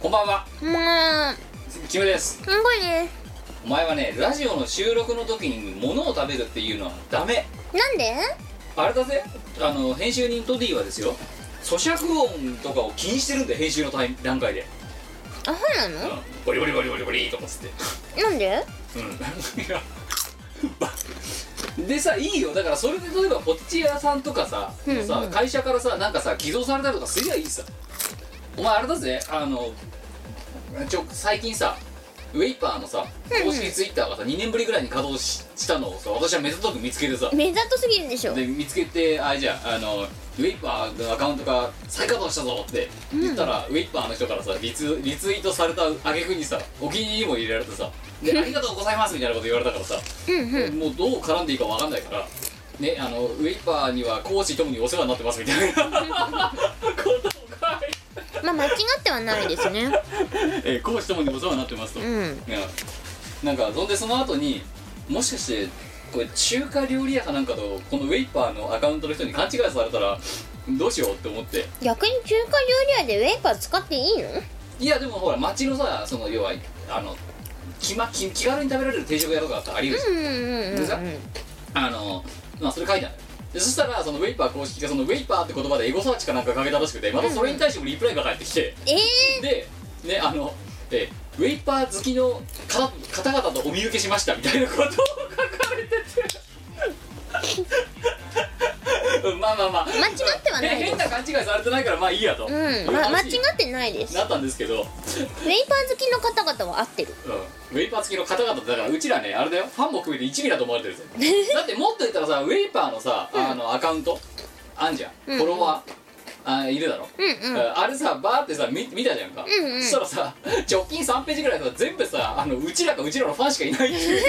こんばんは。キムです。 すごいね。 お前はね、ラジオの収録の時に物を食べるっていうのはダメ。 なんで？ あれだぜ、編集人トディはですよ、咀嚼音とかを気にしてるんだよ、編集の段階で。 あ、そうなの？ ボリボリボリボリボリとかつって。 なんで？ でさ、いいよ。だからそれで例えばポテチ屋さんとかさ、会社からさ、なんかさ寄贈されたりとかすりゃいいさ。お前あれだぜ、最近さウェイパーのさ公式ツイッターがさ2年ぶりぐらいに稼働したのをさ、私は目ざとく見つけてさ、 目ざとすぎるでしょ。 で見つけて、じゃあウェイパーのアカウントが再稼働したぞって言ったら、ウェイパーの人からさリツイートされた挙句にさ、お気に入りも入れられてさ、でありがとうございますみたいなこと言われたからさ、もうどう絡んでいいか分かんないからね、ウェイパーには講師ともにお世話になってますみたいなことをまあ間違ってはないですね。 講師ともにお世話になってますと、なんかその後にもしかしてこれ中華料理屋かなんかとこのウェイパーのアカウントの人に勘違いされたらどうしようって思って。 逆に中華料理屋でウェイパー使っていいの？いやでもほら街のさ、その要は気軽に食べられる定食屋とかだったらあり得るでしょ。まあそれ書いてある。でそしたらそのウェイパー公式がそのウェイパーって言葉でエゴサーチかなんかかけたらしくて、またそれに対してもリプライが返ってきて、でねウェイパー好きの方々とお見受けしましたみたいなことを書かれててまあ間違ってはないです。 変な勘違いされてないからまあいいやと、 間違ってないですなったんですけど、 ウェイパー好きの方々は合ってる。 ウェイパー好きの方々だから、うちらねあれだよ、ファンも含めて1ミラと思われてるぜだってもっと言ったらさ、ウェイパーのさアカウントあんじゃん、フォロワーいるだろ、あれさバーってさ見たじゃんか、そしたらさ直近3ページぐらいとか全部さうちらのファンしかいないっていう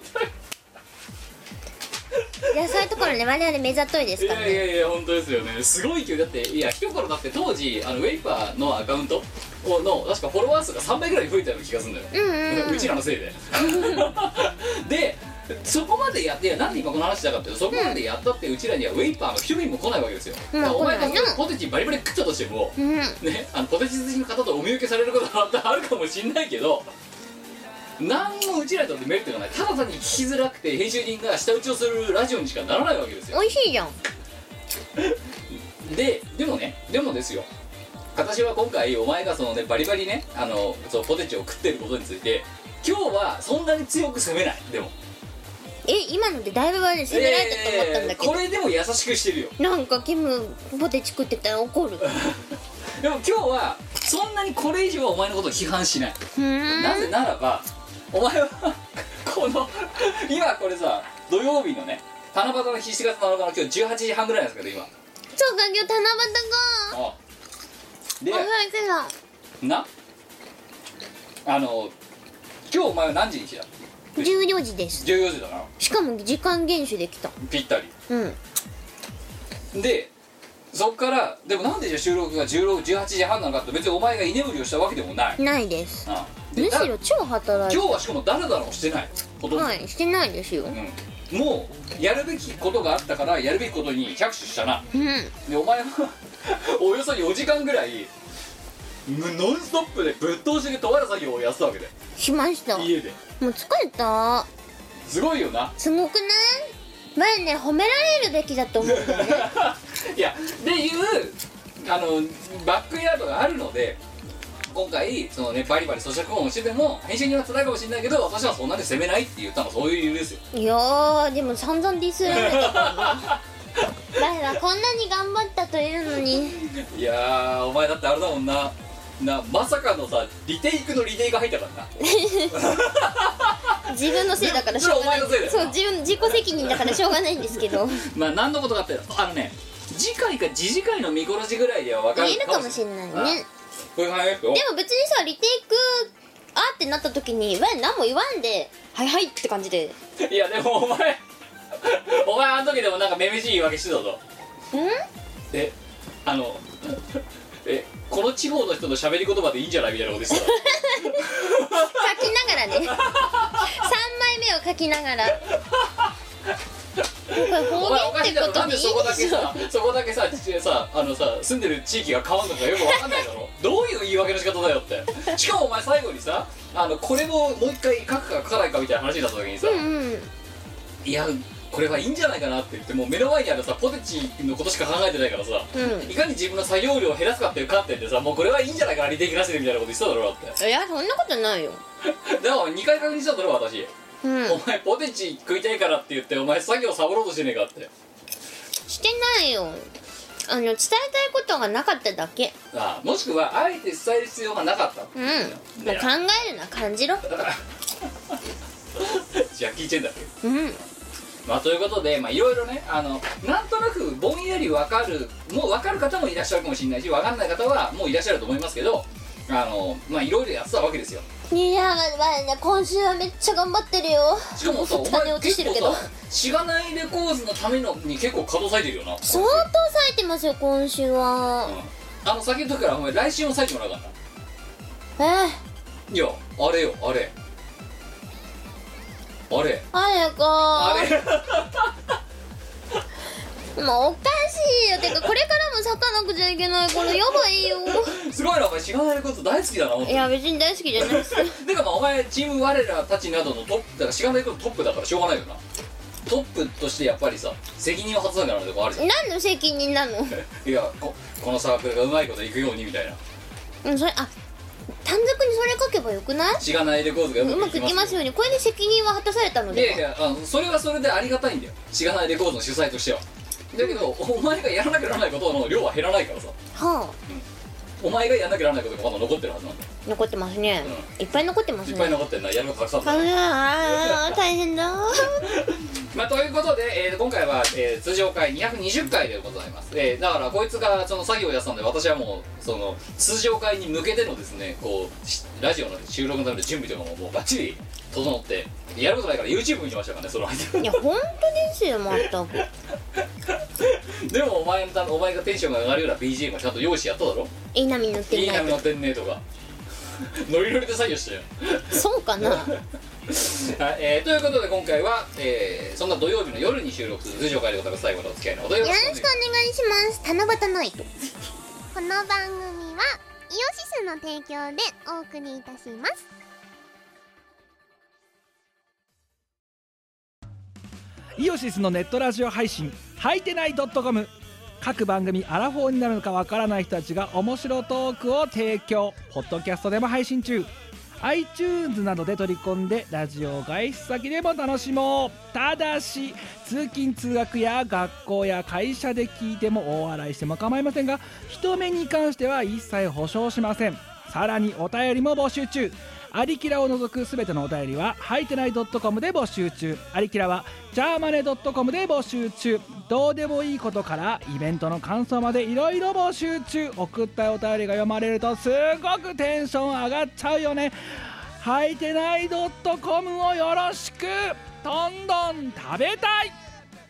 いやそういうところね、我々目ざといですからね。 いや本当ですよね。すごい勢いだって。いや一頃だって当時ウェイパーのアカウントの確かフォロワー数が3倍ぐらい増えたような気がするんだよ、うちらのせいででそこまでやって、いやなんで今この話だかっていうと、そこまでやったってうちらにはウェイパーの一人も来ないわけですよ。お前がポテチバリバリ食ったとしても、ね、ポテチ好きの方とお見受けされることはあるかもしんないけど、何もうちらにとってメリットがない。ただ単に聞きづらくて編集人が舌打ちをするラジオにしかならないわけですよ。 美味しいじゃんでもですよ、私は今回お前がそのねバリバリねそのポテチを食ってることについて今日はそんなに強く責めない。でも今のでだいぶ責められたと思ったんだけど、 これでも優しくしてるよ。 なんかキムポテチ食ってたら怒るでも今日はそんなにこれ以上はお前のことを批判しない。なぜならばお前はこの今これさ土曜日のね七夕の7月7日の今日18時半ぐらいなんですけど、今そうか、今日七夕か。 でな今日お前は何時に来た ？14時です。 14時だな。 しかも時間厳守できた。 ぴったり。でそっからでもなんでじゃあ収録が18時半なのかって別にお前が居眠りをしたわけでもない。 ないです。むしろ超働いて。 今日はしかもダラダラもしてない。 はいしてないですよ。 もうやるべきことがあったからやるべきことに着手したな。でお前はおよそ4時間ぐらいノンストップでぶっ通しでとある作業をやってたわけで。 しました。 家でもう疲れた。 すごいよな。 すごくない？前ね褒められるべきだと思うんだよねいやっていうバックヤードがあるので、今回そのねバリバリ咀嚼音をしてても編集には辛いかもしれないけど、私はそんなに責めないって言ったのはそういう理由ですよ。 いやーでも散々ディスられたからな前はこんなに頑張ったというのに。 いやーお前だってあれだもんな、まさかのさリテイクのリテイが入ったからな自分のせいだからしょうがない。 それお前のせいだよ。 そう自己責任だからしょうがないんですけどまあ何のことかって次回か次次回の見殺しぐらいでは分かるいるかもしれないね。 これでも別にさリテイクってなった時に何も言わんではいはいって感じで。 いやでもお前あの時でもなんかめめしい言い訳してたぞ。この地方の人の喋り言葉でいいんじゃないみたいなことしてた書きながらね3枚目を書きながらお前おかしいだろ。なんでそこだけさ住んでる地域が変わるのかよくわかんないだろ。どういう言い訳の仕方だよって。しかもお前最後にさこれももう一回書くか書かないかみたいな話になった時にさ、いやこれはいいんじゃないかなって言って、もう目の前にあるさポテチのことしか考えてないからさ、いかに自分の作業量を減らすかっていう観点でさ、もうこれはいいんじゃないかな、利点切らせてみたいなこと言ってただろだって。 いやそんなことないよだから2回確認しただろ私、お前ポテチ食いたいからって言ってお前作業サボろうとしてねえかって。 してないよ、伝えたいことがなかっただけ。 もしくはあえて伝える必要がなかった。 考えるな、感じろじゃあ聞いてんだっけ。ということでいろいろねなんとなくぼんやり分かる方もいらっしゃるかもしれないし、分かんない方はもういらっしゃると思いますけど、いろいろやってたわけですよ。 いや今週はめっちゃ頑張ってるよ。 しかもさお前結構さしがないレコーズのために結構稼働割いてるよな。 相当割いてますよ今週は。 先言っとくからお前来週も割いてもらうからな。いやあれよあれかもうおかしいよ。てかこれからも咲かなくちゃいけないからやばいよすごいなお前しがないレコーズ大好きだな。 いや別に大好きじゃないですてかお前チーム我らたちなどのトップだからしがないレコーズトップだからしょうがないよな。トップとしてやっぱりさ責任を果たさなきゃならないとこあるじゃん。 何の責任なのいやこのサークルがうまいこといくようにみたいな。 それ短冊にそれ書けばよくない？ しがないレコーズがうまくいきますように。これで責任は果たされたので。 いやそれはそれでありがたいんだよ、しがないレコーズの主催としては。だけど、お前がやらなきゃならないことの量は減らないからさ。お前がやらなきゃならないことがまだ残ってるはずなんだよ。 残ってますね、いっぱい残ってますね。 いっぱい残ってるな、やることたくさんだ。 大変だということで、今回は、通常回220回でございます。だからこいつがその作業をやってたんで、私はもうその通常回に向けてのですねラジオの収録のための準備とかももうバッチリ整ってやることないから YouTube 見てましたからねその間。 いや本当ですよ全くでもお前がテンションが上がるような BGM はちゃんと用意してやっただろ。 いい波乗ってんねいい波乗ってんねとかノリノリで作業したよそうかなはい、ということで今回は、そんな土曜日の夜に収録する通常回でございます。最後のお付き合いのほどよろしくお願いします。七夕ナイトこの番組はイオシスの提供でお送りいたします。 イオシスのネットラジオ配信はいてない .com、 各番組アラフォーになるのかわからない人たちが面白トークを提供、ポッドキャストでも配信中、 iTunes などで取り込んでラジオ外出先でも楽しもう。ただし通勤通学や学校や会社で聞いても大笑いしても構いませんが、人目に関しては一切保証しません。さらにお便りも募集中。アリキラを除くすべてのお便りははいてない .com で募集中。アリキラはジャーマネ .com で募集中。どうでもいいことからイベントの感想までいろいろ募集中。送ったお便りが読まれるとすごくテンション上がっちゃうよね。はいてない .com をよろしく。どんどん食べたい。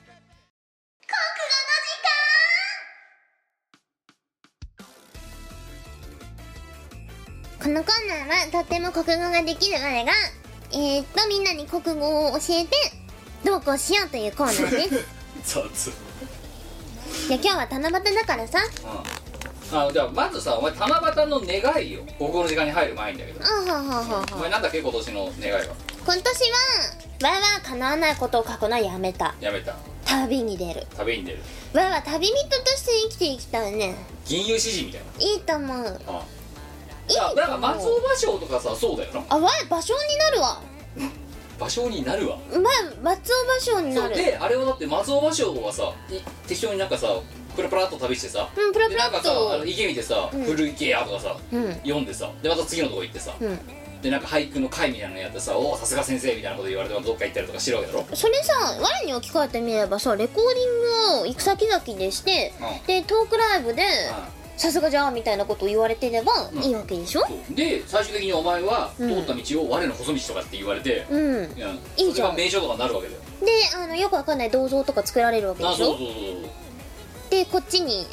このコーナーはとっても国語ができる我がみんなに国語を教えてどうこうしようというコーナーです雑。 いや今日は七夕だからさ、 じゃあまずさお前七夕の願いよ、国語の時間に入る前にだけど、お前なんだっけ今年の願いは。 今年はわは叶わないことを書くのはやめた。旅に出る。わは旅人として生きていきたいね。 銀融詩人みたいな。 いいと思う。 だから松尾芭蕉とかさそうだよな。 わい芭蕉になるわ。 松尾芭蕉になる。であれはだって松尾芭蕉はさ適当になんかさプラプラっと旅してさ、 プラプラっとでなんかさ池見てさ古池やとかさ読んでさ、でまた次のとこ行ってさ、でなんか俳句の会みたいなのやってさ、おおさすが先生みたいなこと言われてどっか行ったりとかしてるわけだろ。 それさ我に置き換えてみればさレコーディングを行く先々でして、でトークライブでさすがじゃあみたいなことを言われてればいいわけでしょ。 で最終的にお前は通った道を我の細道とかって言われて、 いいじゃん。 それが名称とかになるわけだよ。 でよくわかんない銅像とか作られるわけでしょ。でこっちに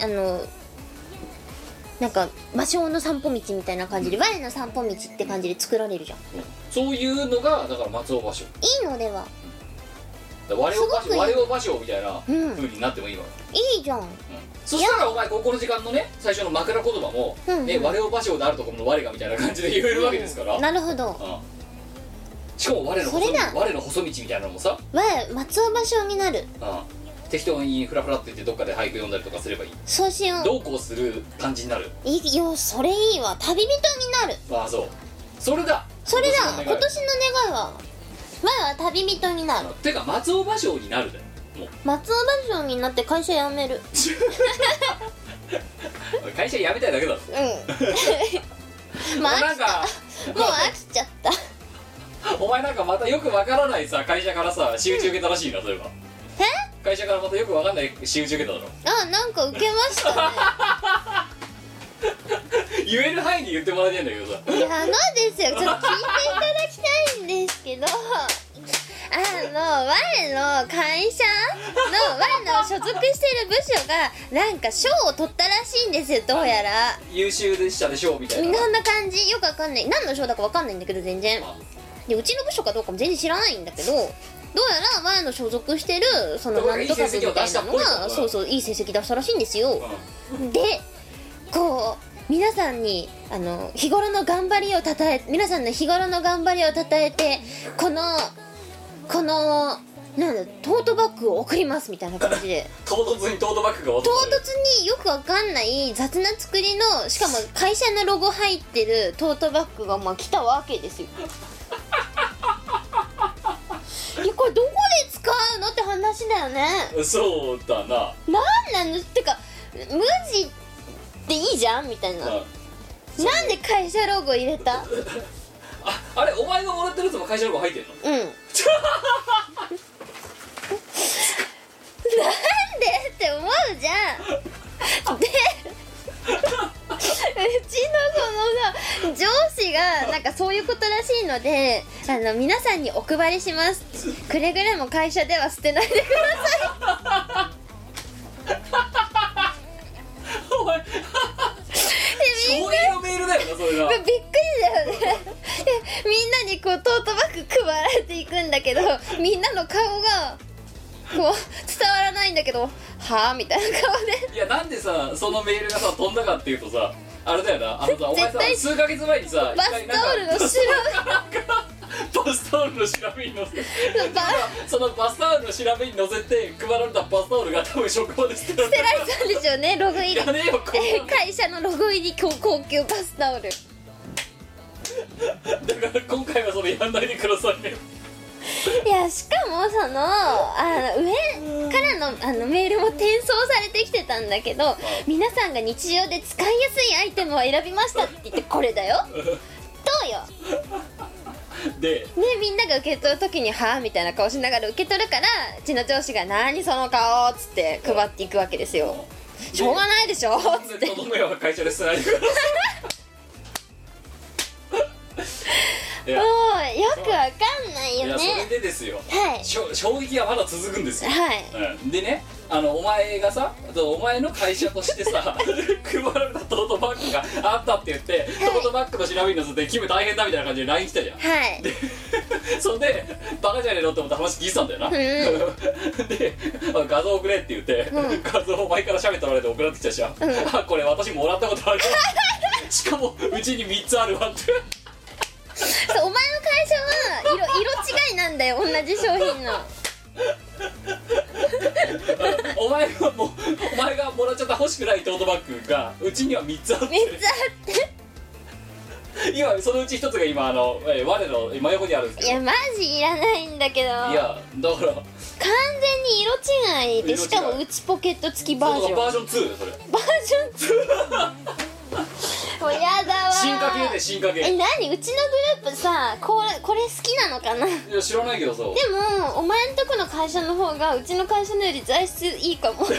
なんか芭蕉の散歩道みたいな感じで、我の散歩道って感じで作られるじゃん。 そういうのがだから松尾芭蕉いいのでは。 我を芭蕉みたいな風になってもいいわ、 いいじゃん。 そしたらお前この時間のね最初の枕言葉も、我を芭蕉であるところの我がみたいな感じで言えるわけですから、 なるほど。 しかも我の細道みたいなのもさ、 松尾芭蕉になる。 適当にフラフラって言ってどっかで俳句読んだりとかすればいい。 そうしよう。 どうこうする感じになる。 いいよ、それいいわ。旅人になる。 そうそれだ今年の願いは前は旅人になる。 てか松尾芭蕉になるだよ。もう松尾芭蕉になって会社辞める。 会社辞めたいだけだろ。 もうなんか飽きちゃった。 お前なんかまたよくわからないさ会社からさ仕打ち受けたらしいな。そういえば会社からまたよくわかんない仕打ち受けただろ。 なんか受けましたね。 言える範囲に言ってもらいたいんだけどさ。 ですよ。ちょっと聞いていただきたいんですけど、我の会社の我の所属してる部署がなんか賞を取ったらしいんですよ。どうやら優秀でしたでしょうみたいな。 そんな感じ。よくわかんない。何の賞だかわかんないんだけど全然。でうちの部署かどうかも全然知らないんだけど、どうやら前の所属してるそのなんとか部みたいなのがいい成績出したらしいんですよ。でこう皆さんに日頃の頑張りを皆さんの日頃の頑張りをたたえてこのなんだトートバッグを送りますみたいな感じで唐突にトートバッグが唐突によくわかんない雑な作りの、しかも会社のロゴ入ってるトートバッグが来たわけですよ。いやこれどこで使うのって話だよね。 そうだな。 なんなのってか無地でいいじゃんみたいな。なんで会社ロゴ入れた？ あれお前がもらってるやつも会社ロゴ入ってんの？ なんでって思うじゃん。でうちのそのさ上司がなんかそういうことらしいので皆さんにお配りします。くれぐれも会社では捨てないでください。 お前衝撃のメールだよなそれが。 びっくりだよね。みんなにこうトートバッグ配られていくんだけど、みんなの顔がこう伝わらないんだけど、はぁみたいな顔で。 いやなんでさそのメールがさ飛んだかっていうとさ、あれだよな、お前さ数ヶ月前にさバスタオルの白バスタオルの調べに乗せてそのバスタオルの調べに乗せて配られたバスタオルが多分職場で捨てられたんでしょうね。ロゴ入り会社のロゴ入り高級バスタオルだから今回はそれやんないでくださいね。 いやしかも上からのメールも転送されてきてたんだけど、皆さんが日常で使いやすいアイテムを選びましたって言ってこれだよどうよでみんなが受け取るときにはぁみたいな顔しながら受け取るから、うちの上司が何その顔っつって配っていくわけですよ。しょうがないでしょっつってとどめは会社で捨てないでください。 もうよくわかんないよね。 いやそれでですよ、 はい、 衝撃はまだ続くんですよ。 はい、 でねお前がさお前の会社としてさ配られたトートバッグがあったって言って、トートバッグの調べに乗せてキム大変だみたいな感じで LINE 来たじゃん。 はいでそんでバカじゃねえのって思って話聞いてたんだよな、で画像送れって言って、画像をお前から喋ってもらえて送られてきたじゃん、あこれ私もらったことあるしかもうちに3つあるわってそうお前の会社は色違いなんだよ同じ商品のお前がもらっちゃった欲しくないトートバッグがうちには3つあって今そのうち1つが今我の真横にあるんですけど、 いやマジいらないんだけど、いやだから完全に色違いで、しかも内ポケット付きバージョン。 バージョン2それバージョン2もうやだわ。 進化系で進化系。 何うちのグループさこれ好きなのかな。いや知らないけどさ。でもお前んとこの会社の方がうちの会社のより材質いいかも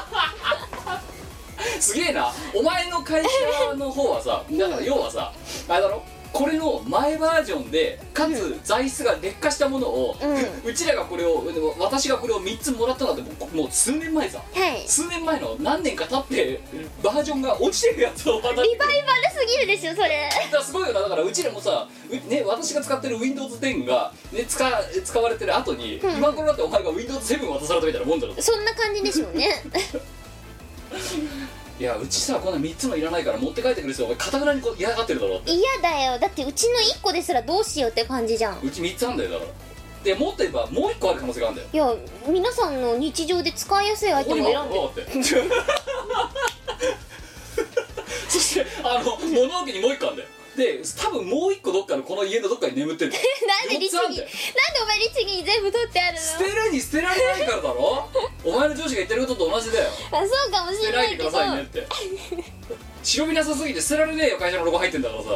すげえな。お前の会社の方はさだから要はさあれだろ、これの前バージョンでかつ材質が劣化したものを、うちらがこれを私がこれを3つもらったのってもう数年前さ、数年前の何年か経ってバージョンが落ちてるやつをまたリバイバルすぎるでしょそれ。 だからすごいよな。だかからうちらもさ、ね、私が使ってる Windows 10が、ね、使われてる後に、今頃だってお前が Windows 7渡されたみたいなもんだろ。 そんな感じでしょうねいや、うちさ、こんな3つもいらないから持って帰ってくる人お前かたくなにこう嫌がってるだろって。 嫌だよ。だってうちの1個ですらどうしようって感じじゃん。 うち3つあんだよ。だからでもっと言えばもう1個ある可能性があるんだよ。 いや、皆さんの日常で使いやすいアイテムを選んでってそして物置にもう1個あるんだよ。で多分もう1個どっかのこの家のどっかに眠ってるんだよなんで律儀、なんでお前律儀に全部取ってあるの？ 捨てるに捨てられないからだろお前の上司が言ってることと同じだよ。 あ、そうかもしれないけど、 捨てないでくださいねって白身なさすぎて捨てられねえよ、会社のロゴ入ってんだからさ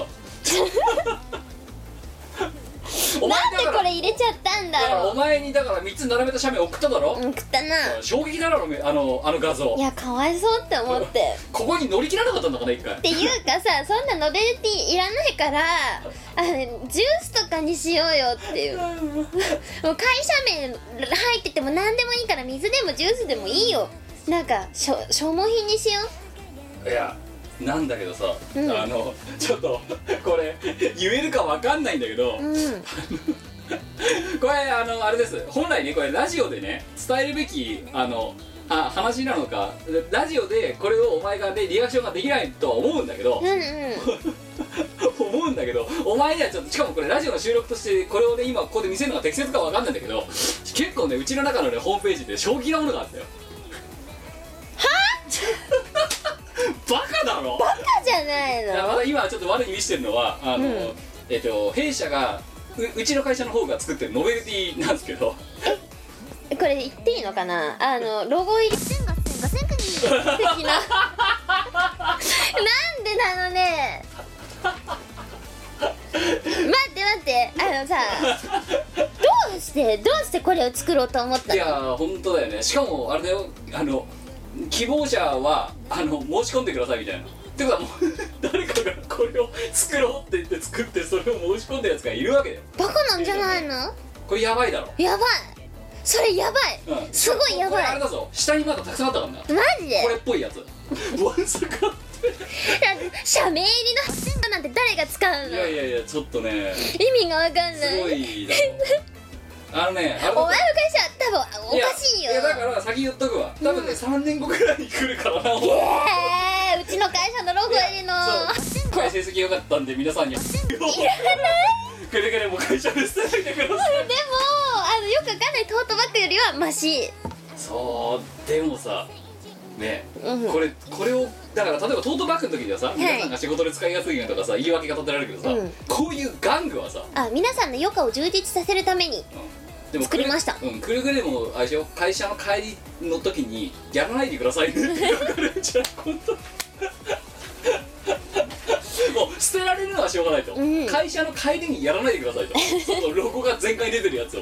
お前なんでこれ入れちゃったんだろう。 だからお前にだから3つ並べた写メ送っただろ。 食ったな。 衝撃だろあの画像。 いや、かわいそうって思ってここに乗り切らなかったんだから一回。 っていうかさ、そんなノベルティいらないからジュースとかにしようよっていうもう会社名入ってても何でもいいから、水でもジュースでもいいよ。なんか消耗品にしよいやなんだけどさ、 うんちょっとこれ言えるかわかんないんだけど、 う。うん。 これあれです。本来ねこれラジオでね伝えるべき話なのか、ラジオでこれをお前がねリアクションができないとは思うんだけど、 うんうん。 思うんだけど、お前にはちょっと、しかもこれラジオの収録としてこれをね今ここで見せるのが適切かわかんないんだけど、結構ねうちの中のねホームページで衝撃なものがあったよ。バカだろ。 バカじゃないの。 まだ今ちょっと悪い見してるのは弊社がうちの会社の方が作ってるノベルティなんですけど、 これ言っていいのかな、ロゴ入り的ななんでなのね待ってさどうしてこれを作ろうと思ったの？ いや本当だよね。しかもあれだよ、希望者は申し込んでくださいみたいな。ってことはもう誰かがこれを作ろうって言って作ってそれを申し込んだやつがいるわけだよ。 バカなんじゃないの？ これやばいだろ。 やばい、それやばい、 うん、 すごいやばい。 これあれだぞ、下にまだたくさんあったからな。 マジでこれっぽいやつわんさか社名入りのなんて誰が使うの？ いやちょっとね意味がわかんない。 すごいだろあれお前の会社多分おかしいよ。 いやだから先言っとくわ、多分ね、3年後くらいに来るからな。 うちの会社のロゴ入りのこれ成績良かったんで皆さんにいらないくれぐれも会社で捨てないでください。 でもよくわかんないトートバッグよりはマシ。 そうでもさね、 うん、 これをだから例えばトートバッグの時にはさ、皆さんが仕事で使いやすいのとかさ言い訳が立てられるけどさ、こういう玩具はさ皆さんの余暇を充実させるために作りました。 くれぐれもあれでしょ、会社の帰りの時にやらないでくださいねって言われるんじゃん本当もう捨てられるのはしょうがないと、会社の帰りにやらないでくださいとそのロゴが全開に出てるやつを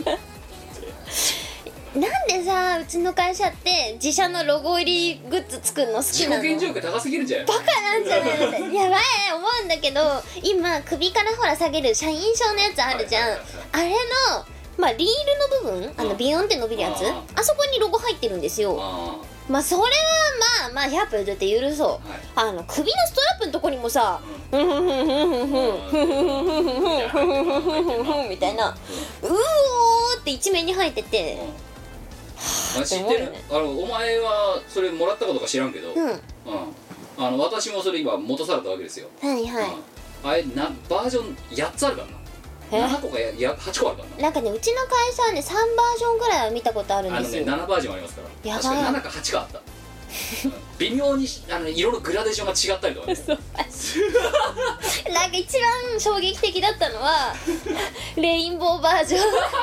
なんでさうちの会社って自社のロゴ入りグッズ作るの好きなの？ 自己顕示欲高すぎるんじゃん。 バカなんじゃないのってやばい思うんだけど、今首からほら下げる社員証のやつあるじゃん、あれのリールの部分ビヨンって伸びるやつ、あそこにロゴ入ってるんですよ。それは100歩譲って許そう、首のストラップのとこにもさふんふんふんふんふんふんふんふんふんふんみたいなうおーって一面に入ってて、 知ってる？お前はそれもらったことか知らんけど、私もそれ今持たされたわけですよ。 はいはい、 あれバージョン8つあるからな。7個か8個あるからな。 なんかねうちの会社はね3バージョンぐらいは見たことあるんですよ。 7バージョンありますから。 やばい、 確か7か8かあった微妙に色のグラデーションが違ったりとかねなんか一番衝撃的だったのはレインボーバージョン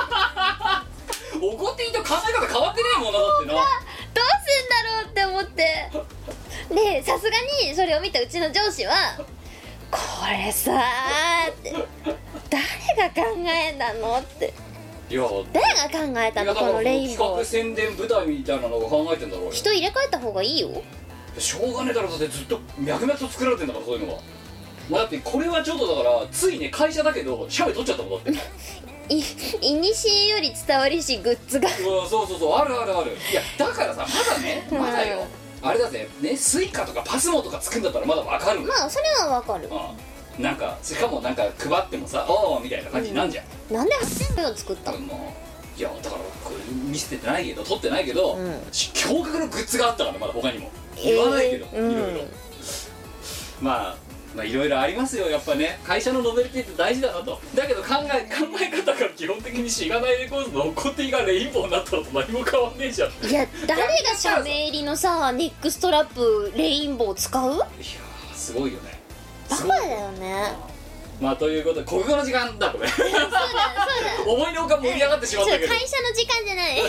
怒っていいと考え方変わってねえもんな、だってな。 どうすんだろうって思ってでさすがにそれを見たうちの上司はこれさーって誰が考えたのって、 いや誰が考えたのこのレインボー。 企画宣伝舞台みたいなのが考えてんだろうよ。 人入れ替えた方がいいよ。 しょうがねえだろ、だってずっと脈々と作られてんだからそういうのが。だってこれはちょっとだからついね会社だけどシャメ取っちゃったもんだっていにしえより伝わりしグッズがそうある。いやだからさまだよ、あれだぜね、スイカとかパスモとか作るんだったらまだわかるの。 それはわかる。 なんかしかもなんか配ってもさおーみたいな感じになんじゃん、 なんで8を作ったの？ もういやだからこれ見せてないけど撮ってないけど、驚愕のグッズがあったからまだ他にも言わないけど、いろいろまあいろいろありますよやっぱね。会社のノベルティって大事だなと。だけど考え方から基本的にしがないレコードの怒っていがレインボーになったのと何も変わんねえじゃん。 いや誰が社名入りのさネックストラップレインボー使う？ いやーすごいよね。 バカだよね。 まあということで国語の時間だこれそうだ思いのほか盛り上がってしまったけど会社の時間じゃない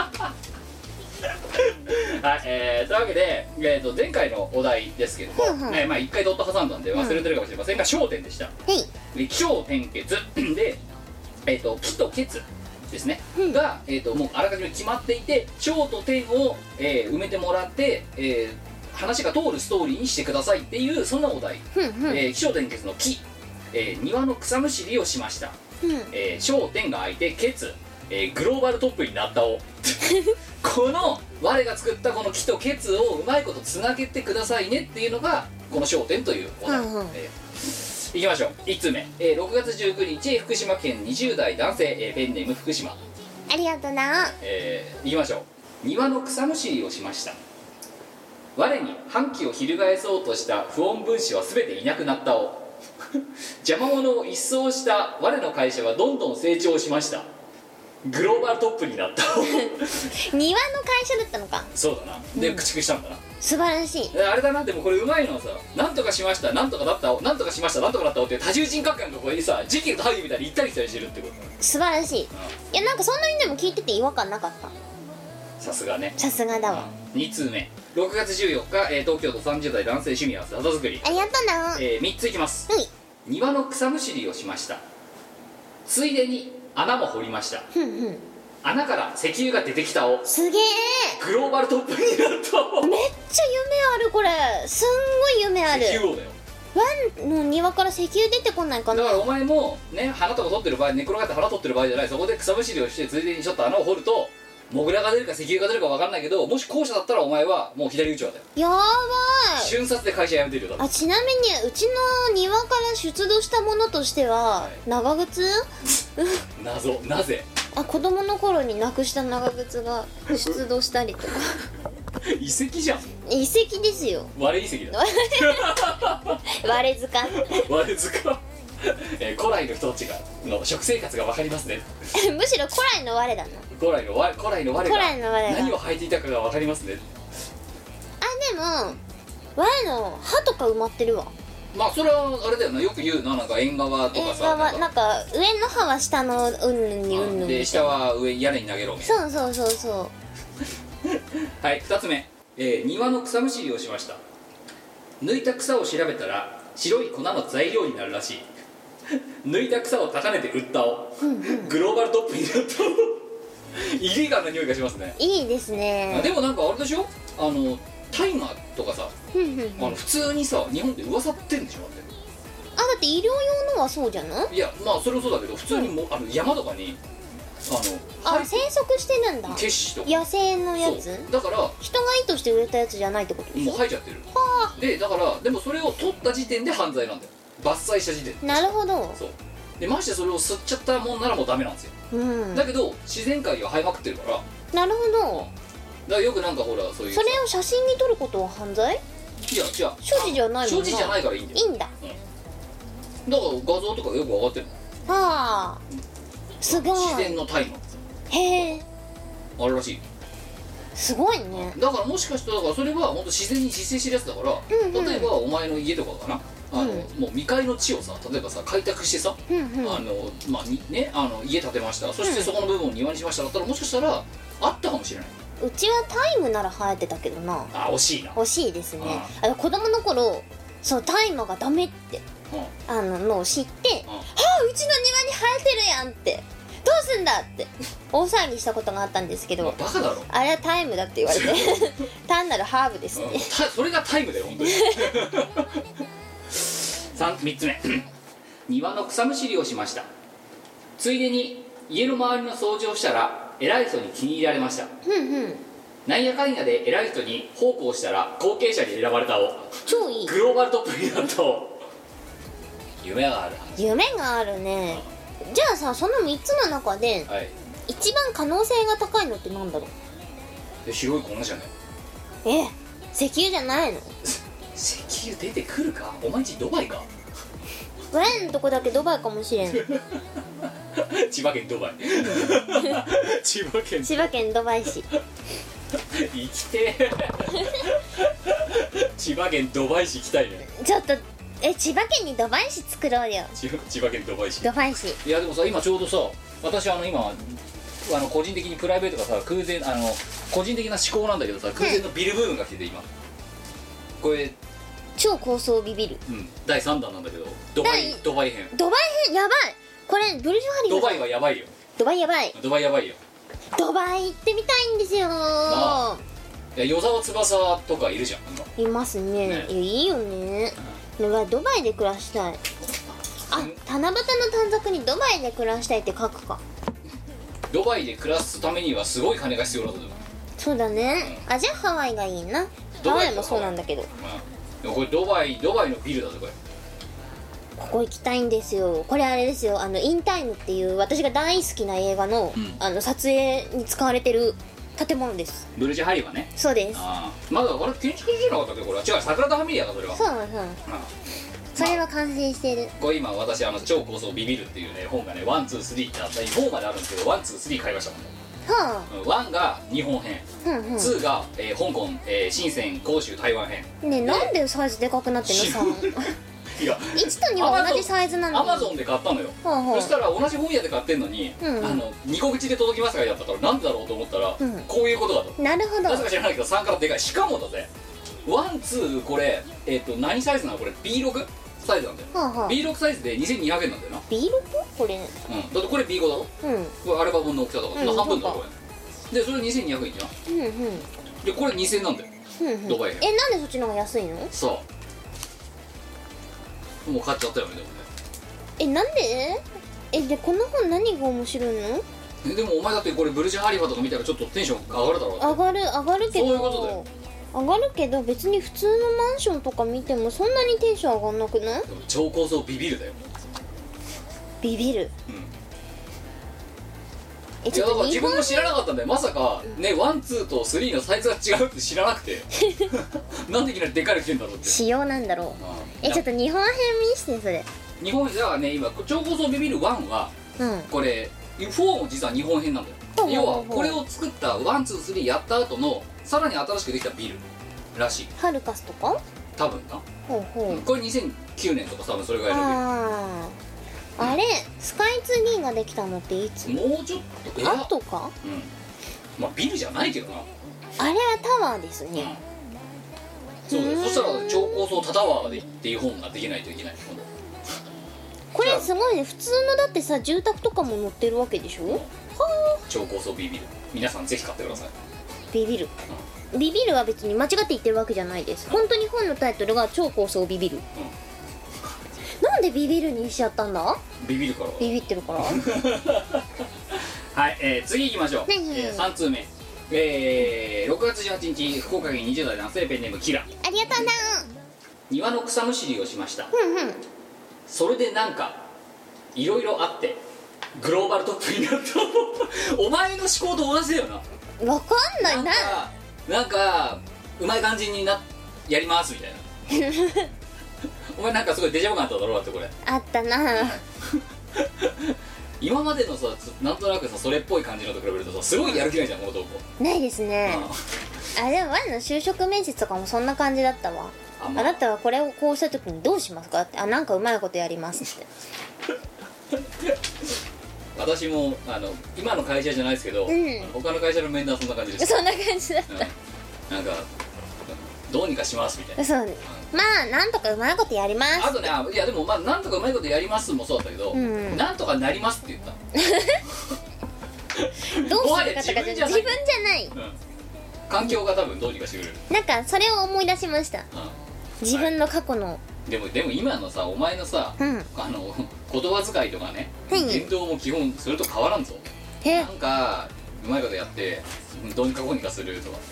はい、というわけで、前回のお題ですけども、まあ一回ドット挟んだんで忘れてるかもしれませんが、焦点でした。起承転結で、起と結ですね、が、もうあらかじめ決まっていて、小と点を、埋めてもらって、話が通るストーリーにしてくださいっていうそんなお題。起承転結の起、庭の草むしりをしました。小点が空いてケツ、グローバルトップになったをこの我が作ったこの木とケツをうまいことつなげてくださいねっていうのがこの焦点というお題、いきましょう。1つ目、6月19日福島県20代男性、ペンネーム福島。 ありがとな。 いきましょう。庭の草むしりをしました。我に反旗を翻そうとした不穏分子は全ていなくなったを邪魔者を一掃した我の会社はどんどん成長しました。グローバルトップになった庭の会社だったのか。 そうだな。で、駆逐したんだな。 素晴らしい。 あれだな。でもこれうまいのはさ、なんとかしました、なんとかだった、なんとかしました、なんとかだったって多重人格感がこれにさ、ジキルとハギみたいに行ったり来たりしてるってことだね。 素晴らしい。いやなんかそんなにでも聞いてて違和感なかった。 さすがね。 さすがだわ。 2通目6月14日、東京都30代男性趣味は肌作り。 ありがとな。 3ついきます。 はい。 庭の草むしりをしました。ついでに穴も掘りました。穴から石油が出てきたを。 すげえ。 グローバルトップになったを。 めっちゃ夢あるこれ。すんごい夢ある。 石油王だよ。 ワンの庭から石油出てこないかな。 だからお前もね、花とか取ってる場合、寝転がって花取ってる場合じゃない。そこで草むしりをしてついでにちょっと穴を掘るとモグラが出るか石油が出るか分かんないけど、もし後者だったらお前はもう左打ちわだよ。 やばい。 瞬殺で会社辞めてるよ。 あ、ちなみにうちの庭から出土したものとしては、長靴謎。なぜあ、子供の頃になくした長靴が出土したりとか遺跡じゃん。 遺跡ですよ。 割れ遺跡だ。 割れ塚割れ塚古来の人たちがの食生活が分かりますねむしろ古来の我だな。 古来の我が何を履いていたかが分かりますね。 あ、でも我の歯とか埋まってるわ。 まあそれはあれだよな、よく言うな、なんか縁側とかさ、 縁側なんか上の歯は下のうんぬんにうんぬんで下は上屋根に投げろみたいな。 そうそうそうそうはい、2つ目、庭の草むしりをしました。抜いた草を調べたら白い粉の材料になるらしい。抜いた草を高値で売ったを、グローバルトップになったをイリーガルな匂いがしますね。 いいですね。 でもなんかあれでしょ、タイマーとかさ、普通にさ日本で噂ってんでしょ。 あ、だって医療用のはそうじゃない？ いやまあそれもそうだけど、普通にも、山とかに生息してるんだ。 ケシとか野生のやつだから人が意図して売れたやつじゃないってことでしょ。 もう生えちゃってる。でだからでもそれを取った時点で犯罪なんだよ。伐採した時点で。 なるほど。 そうで、ましてそれを吸っちゃったもんならもうダメなんですよ。だけど自然界を生えまくってるから。 なるほど。 だからよくなんかほらそういうそれを写真に撮ることは犯罪？ いや違う、 所持じゃないもんな。 所持じゃないからいいんだよ。 いいんだ。 だから画像とかよく上がってる。 はあ、すごい。 自然のタイマーへえ、 あるらしい。 すごいね。 だからもしかしたらそれは本当自然に自生してるやつだから、例えばお前の家とかかな、もう未開の地をさ、例えばさ開拓してさ、まあね、家建てました、そしてそこの部分を庭にしましただったら、もしかしたらあったかもしれない。 うちはタイムなら生えてたけどな。 あ、惜しいな。 惜しいですね。子供の頃そうタイマーがダメってのを知って、はあ、うちの庭に生えてるやんって、どうすんだって大騒ぎしたことがあったんですけど、 バカだろ、 あれはタイムだって言われて単なるハーブですね。 それがタイムだよ本当に3つ目庭の草むしりをしました。ついでに家の周りの掃除をしたら偉い人に気に入られました。なんやかんやで偉い人に奉公したら後継者に選ばれたを。 超いい。 グローバルトップになったを。 夢がある話。 夢があるね。じゃあさ、その3つの中ではい。 一番可能性が高いのってなんだろう。 で白い粉じゃない。 石油じゃないの？ 石油出てくるか。お前んちドバイか。 我のとこだけドバイかもしれん。 千葉県ドバイ。千葉県。 千葉県ドバイ市。 生きてー。千葉県ドバイ市行きたいね。 ちょっと千葉県にドバイ市作ろうよ。 千葉県ドバイ市。 ドバイ市。 いやでもさ、今ちょうどさ、私今個人的にプライベートがさ、空前個人的な思考なんだけどさ、空前のビルブームが来てて今これ、 超高層ビビる。 第3弾なんだけど、ドバイ編。 ドバイ編やばい。これブルジュハリードバイはやばいよ。 ドバイやばい。 ドバイやばいよ。 ドバイ行ってみたいんですよ。 いや、与沢翼とかいるじゃん今。 いますね。 ねいや、いいよね。ドバイで暮らしたい。あ、七夕の短冊にドバイで暮らしたいって書くか。 ドバイで暮らすためにはすごい金が必要なんだよ。 そうだね。あ、じゃあハワイがいいな。ハワイもそうなんだけど。 でもこれドバイのビルだぞこれ。 ここ行きたいんですよ。これあれですよ、インタイムっていう私が大好きな映画の、撮影に使われてる建物です。 ブルジュハリーはね。 そうです。 まだあれ建築じゃなかったっけこれは。違う、桜田ファミリアだそれは。 そうなのそうなの。それは完成してる。 これ今私超高層ビビるっていうね本がね1、2、3ってあったり4まであるんですけど1、2、3買いましたもんね。 は 1が日本編、2が、香港、深セン、広州、台湾編。 ねえ、なんでサイズでかくなってんの3。 いや 1と2は同じサイズなのに。 アマゾンで買ったのよ。そしたら同じ本屋で買ってんのに、2個口で届きますからやったからなんでだろうと思ったら、こういうことだと。 なるほど。 なぜか知らないけど3からでかい。しかもだぜ1、2これ何サイズなのこれ B6 サイズなんだよ。B6 サイズで2200円なんだよな。 B6？ これ。 だってこれ B5 だろ。これアルバムの大きさだから、半分だろこれ。でそれ2200円じゃん。でこれ2000円なんだよ。ドバイ編。 なんでそっちの方が安いの？ さあもう買っちゃったよねでもね。 なんで？でこの本何が面白いの？ でもお前だってこれブルジュハリファとか見たらちょっとテンション上がるだろう。 上がるけど。 そういうことだよ。 上がるけど別に普通のマンションとか見てもそんなにテンション上がんなくない？ でも超高層ビビるだよ。 ビビる。 いやだから自分も知らなかったんだよ。まさかね1、2と3のサイズが違うって知らなくてなんでいきなりでかいの来てんだろうって。 仕様なんだろう。ちょっと日本編見してそれ。 日本だからね今超高層ビビる1は、これ4も実は日本編なんだよ。要はこれを作った1、2、3やった後のさらに新しくできたビルらしい。 ハルカスとか多分な。これ2009年とか多分それぐらいのビル。 あれスカイツリーができたのっていつ？ もうちょっとあとか？ まあビルじゃないけどな。 あれはタワーですね。 そうだよ。そしたら超高層タワーでっていう本ができないといけない。 これすごいね。普通のだってさ住宅とかも載ってるわけでしょ。はあ。 超高層ビビる。皆さんぜひ買ってください。 ビビる。ビビるは別に間違って言ってるわけじゃないです。本当に本のタイトルが超高層ビビる。なんでビビるにしちゃったんだ？ ビビるから。 ビビってるからはい、次行きましょう。3通目、6月18日福岡県20代男性ペンネームキラ。 ありがとうな。 庭の草むしりをしました。それでなんかいろいろあってグローバルトップになったお前の思考と同じだよな。 わかんないな。 なんかうまい感じにやりますみたいなお前なんかすごいデジャブ感あっただろうってこれ。 あったな今までのさなんとなくさそれっぽい感じのと比べるとさすごいやる気ないじゃんこの投稿。 ないですね。でも前の就職面接とかもそんな感じだったわ。あなたはこれをこうした時にどうしますかって。なんかうまいことやりますって私も今の会社じゃないですけど、他の会社の面談はそんな感じです。 そんな感じだった、 なんかどうにかしますみたいな。 そうね。まあなんとかうまいことやります。 あとねいやでもまあなんとかうまいことやりますもそうだったけど、なんとかなりますって言ったどうするかとかじゃ自分じゃない、 環境が多分どうにかしてくれる。 なんかそれを思い出しました、自分の過去の。 でも今のさお前のさ、言葉遣いとかね、言動も基本それと変わらんぞ。なんかうまいことやってどうにかこうにかするとか。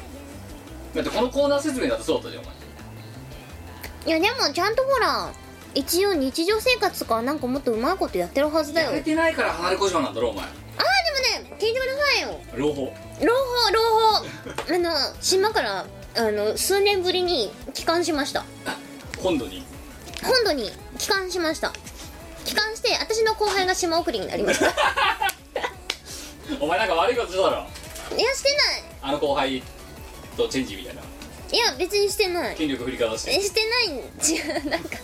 だってこのコーナー説明だってそうだったじゃんお前。 いやでもちゃんとほら一応日常生活とかはなんかもっとうまいことやってるはずだよ。 やれてないから離れ小島なんだろお前。 でもね聞いてくださいよ。 朗報。 朗報島から数年ぶりに帰還しました。 本土に帰還しました。帰還して私の後輩が島送りになりましたお前なんか悪いことしただろ。 いやしてあの後輩とチェンジみたいな。 ないいや別にしてない権力振りかざしてしてないん違うなんか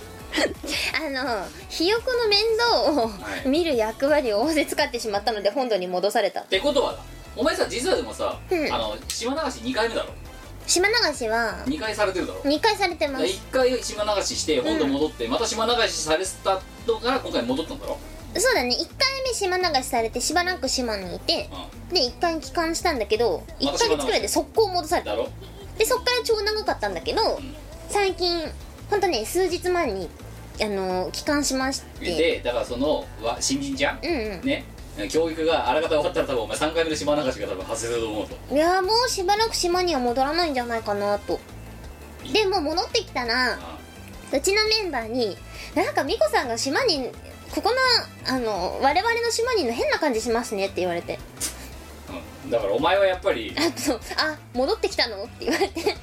ひよこの面倒を見る役割を仰せつかってしまったので本土に戻された。 ってことはだ、お前さ実はでもさ、 うん島流し2回目だろ。 島流しは 2回されてるだろ。 2回されてます。 1回島流しして本土戻って、また島流しされたのから今回戻ったんだろ。 そうだね、1回目島流しされてしばらく島にいて、で1回帰還したんだけど1ヶ月くらいで速攻戻されただろ。 でそっから超長かったんだけど、最近ほんとね数日前に帰還しまして、 でだからその新人じゃん、ね、教育があらかた終わったら多分お前3回目の島流しが多分発生すると思うと。 いやもうしばらく島には戻らないんじゃないかなと。でも戻ってきたらうちのメンバーになんか美子さんが島にここの我々の島にいるの変な感じしますねって言われて、 だからお前はやっぱり戻ってきたのって言われて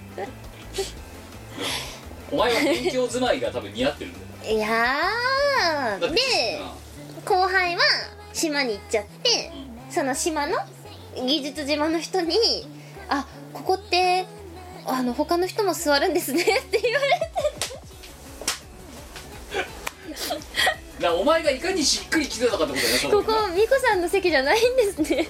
お前は勉強住まいが多分似合ってるんだよ。 いやーで後輩は島に行っちゃって、その島の技術島の人にここって他の人も座るんですねって言われてだからお前がいかにしっくりきてたかってことだよね。 ここ美子さんの席じゃないんですね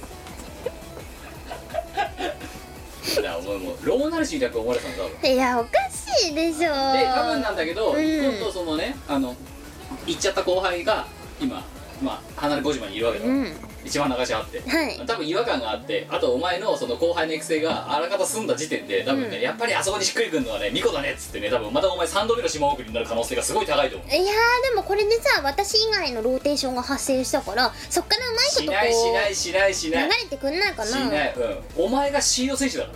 だからお前もうローナルシーみたいな思われてたんだ多分。 いやおかしいでしょ。 で多分なんだけど、今度そのね行っちゃった後輩が今離れ小島にいるわけだ、一番流しあって、 はい、 多分違和感があって、あとお前のその後輩の育成があらかた済んだ時点で多分ね、やっぱりあそこにしっくりくるのはねミコだねっつってね、多分またお前3度目の島送りになる可能性がすごい高いと思う。 いやーでもこれでさ私以外のローテーションが発生したからそっからうまいことこうしない流れてくんないかな。 しない、お前がシード選手だから。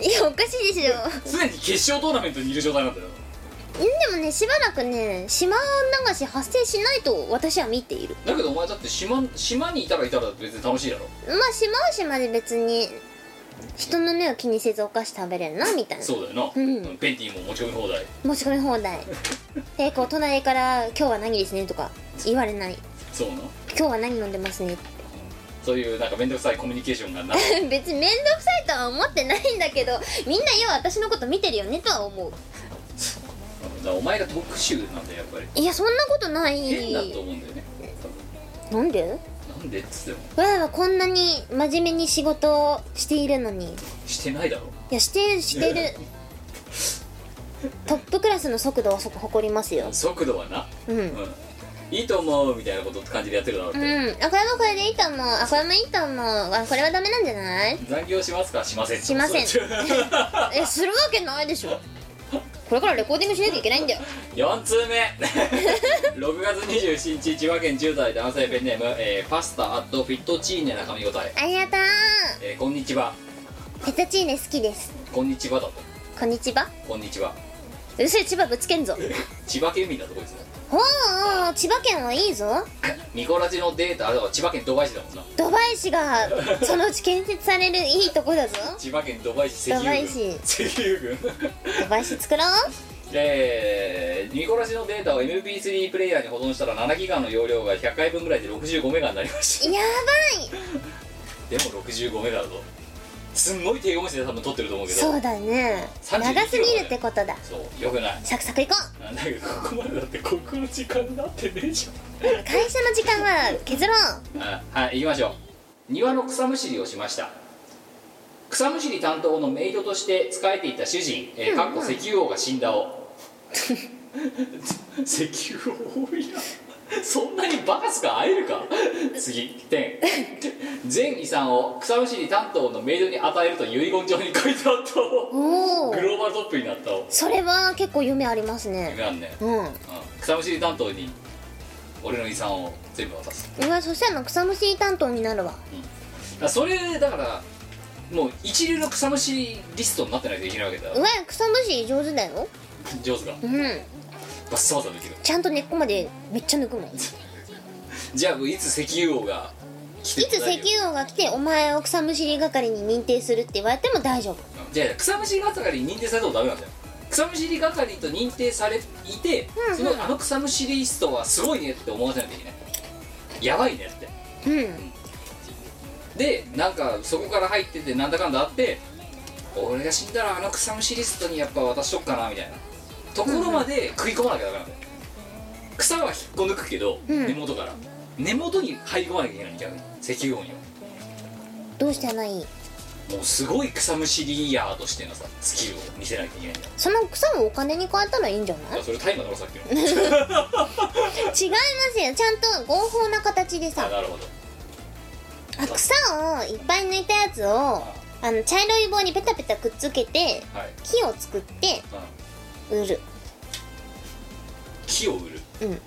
いやおかしいでしょすでに決勝トーナメントにいる状態なんだよ。 でもねしばらくね島流し発生しないと私は見ている。 だけどお前だって島にいたら別に楽しいだろ。 島は島で別に人の目を気にせずお菓子食べれるなみたいな。 そうだよな、ペンティーも持ち込み放題。 持ち込み放題でこう隣から「今日は何ですね」とか言われない。 そうな、 今日は何飲んでますねってそういうなんか面倒くさいコミュニケーションがな別に面倒くさいとは思ってないんだけど、みんな要は私のこと見てるよねとは思う。 だからお前が特殊なんだよやっぱり。 いやそんなことない。 変だと思うんだよね。 なんでなんでっつってもわいはこんなに真面目に仕事をしているのに。 してないだろ。 いやしてるトップクラスの速度は誇りますよ。 速度はな、いいと思うみたいなことって感じでやってるだろうって、 これもこれでいいと思う、これもいいと思う、これはダメなんじゃない。 残業しますか。しません。 しませんするわけないでしょ。これからレコーディングしなきゃいけないんだよ。 4通目6月27日千葉県10代男性ペンネーム、パスタアットフィットチーネな噛み応え。 ありがとう。 こんにちは。 フェタチーネ好きです。 こんにちはだと。 こんにちは。 こんにちは。 うせ千葉ぶつけんぞ。 千葉県民だとこですね。 ほう千葉県はいいぞ。 ミコラジのデータ、だから千葉県ドバイ市だもんな。 ドバイ市がそのうち建設されるいいとこだぞ。 千葉県ドバイ市石油軍。石油軍ドバイ市作ろう。 ミコラジのデータを MP3 プレイヤーに保存したら7ギガの容量が100回分ぐらいで65メガになりました。 やばいでも65メガだぞ。すんごい低音質で多分撮ってると思うけど。 そうだね、長すぎるってことだ。 そうよくない。 サクサクいこう。 なんだけどここまでだって国の時間になってねえじ会社の時間は削ろう。 はい行きましょう。庭の草むしりをしました。草むしり担当のメイドとして仕えていた主人、かっこ石油王が死んだを石油王多いなそんなにバカすか会えるか次点全遺産を草むしり担当のメイドに与えると遺言状に書いてあったおグローバルトップになった。 それは結構夢ありますね。 夢あんね、 うん草むしり担当に俺の遺産を全部渡す。 うわそしたら草むしり担当になるわ。 それだからもう一流の草むしりリストになってないといけないわけだ。 うわ草むしり上手だよ。 上手が。 バッサバサ抜ける。 ちゃんと根っこまでめっちゃ抜くもん。いじゃあいつ石油王が来てつ石油王が来てお前を草むしり係に認定するって言われても大丈夫。 じゃあ草むしり係に認定されてもダメなんだよ。草むしり係と認定されていて、そのあの草むしりストはすごいねって思わせなきゃいけない。やばいねって。でなんかそこから入っててなんだかんだあって、俺が死んだらあの草むしりストにやっぱ渡しとくかなみたいなところまで食い込まなきゃダメなんだよ。草は引っこ抜くけど、根元から根元に入り込まなきゃいけないんじゃん、石油王には。 どうしたらいい？ もうすごい草むしりヤーとしてのさスキルを見せなきゃいけないんだよ。 その草をお金に変えたらいいんじゃない？ それ大麻だろさっきの。 違いますよ。ちゃんと合法な形でさ、 なるほど。 草をいっぱい抜いたやつを茶色い棒にペタペタくっつけて、 はい、 木を作って売る。 木を売る。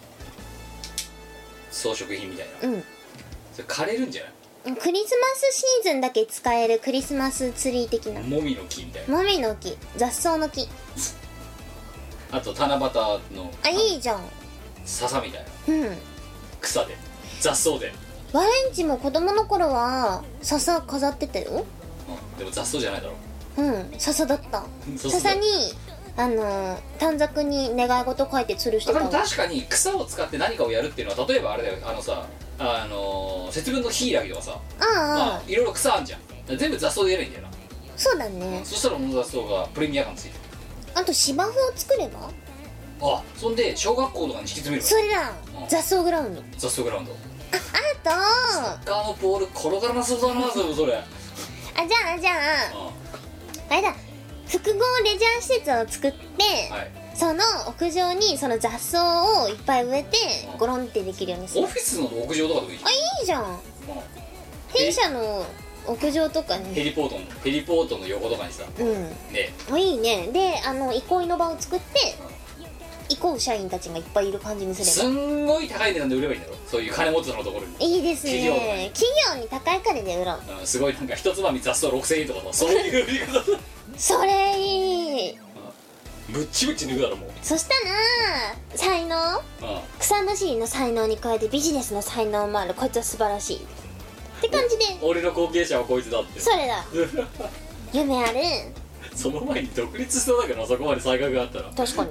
装飾品みたいな。それ枯れるんじゃない？ クリスマスシーズンだけ使えるクリスマスツリー的な。 もみの木みたいな。 もみの木、雑草の木。 あと七夕のいいじゃん。 笹みたいな。草で雑草で。 ワレンチも子供の頃は笹飾ってたよ。 でも雑草じゃないだろ。 笹だった。笹に短冊に願い事書いて吊るしてたわ。 確かに草を使って何かをやるっていうのは、例えばあれだよ、節分のヒイラギとかさ、いろいろ草あんじゃん。全部雑草でやればいいんだよな。 そうだね。 そしたらこの雑草がプレミア感ついてる。 あと芝生を作れば、 そんで小学校とかに敷き詰める。 それだ、雑草グラウンド。 雑草グラウンド。 あとサッカーのボール転がらなそうだな、それ。 じゃああれだ、複合レジャー施設を作って、その屋上にその雑草をいっぱい植えてゴロンってできるようにする。 オフィスの屋上とかでもいいじゃん。 いいじゃん。弊社の屋上とかにヘリポートの横とかにさ、 いいね。で憩いの場を作って憩う社員たちがいっぱいいる感じにすれば、 すんごい高い値段で売ればいいんだろ、そういう金持ちのところに。 いいですね。企業に高い金で売ろう。 すごいなんか一つまみ雑草6000円とかさ、そういう売り方。 それいい。 ぶっちぶち抜くだろもう。 そしたら才能、草むしりの才能に加えてビジネスの才能もある、こいつは素晴らしいって感じで、 俺の後継者はこいつだって。 それだ。夢ある。 その前に独立しそうだけどな、そこまで才覚があったら。 確かに。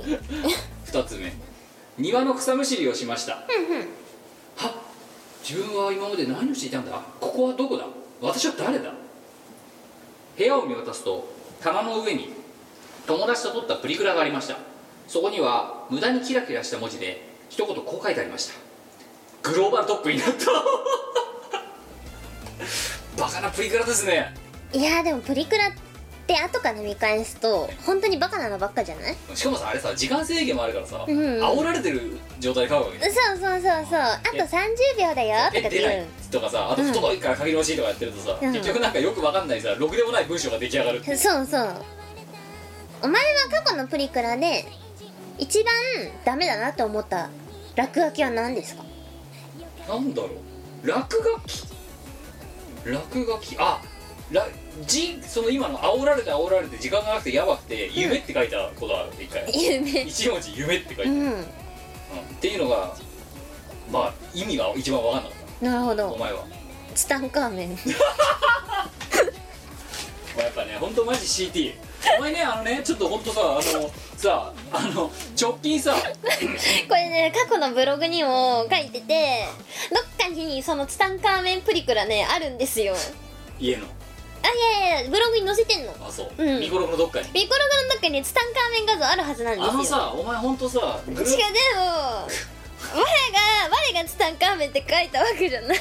2つ目、庭の草むしりをしました。はっ、自分は今まで何をしていたんだ、ここはどこだ、私は誰だ。部屋を見渡すと棚の上に友達と撮ったプリクラがありました。そこには無駄にキラキラした文字で一言こう書いてありました。グローバルトップになった。バカなプリクラですね。 いやでもプリクラって後から見返すと本当にバカなのばっかじゃない？ しかもさ、あれさ、時間制限もあるからさ、煽られてる状態で書くわけ。 そうあと30秒だよとかって言うとかさ、あと太いから書き直しとかやってるとさ、結局なんかよくわかんないさ、ろくでもない文章が出来上がるっていう。 そうお前は過去のプリクラで一番ダメだなと思った落書きは何ですか？ なんだろう、落書き、その今の煽られて時間がなくてやばくて夢って書いたことある。一回一文字夢って書いて、っていうのがまあ意味が一番分かんなかった。 なるほど。 お前はツタンカーメン。 やっぱね、ほんとマジ CT お前ね、ちょっとほんとさ、直近さこれね、過去のブログにも書いてて、どっかにそのツタンカーメンプリクラねあるんですよ。 家のいやブログに載せてんの。 そう、ミコログのどっかにミコログのどっかにツタンカーメン画像あるはずなんですよ。 お前ほんとさ、 違う、でも我がツタンカーメンって書いたわけじゃない。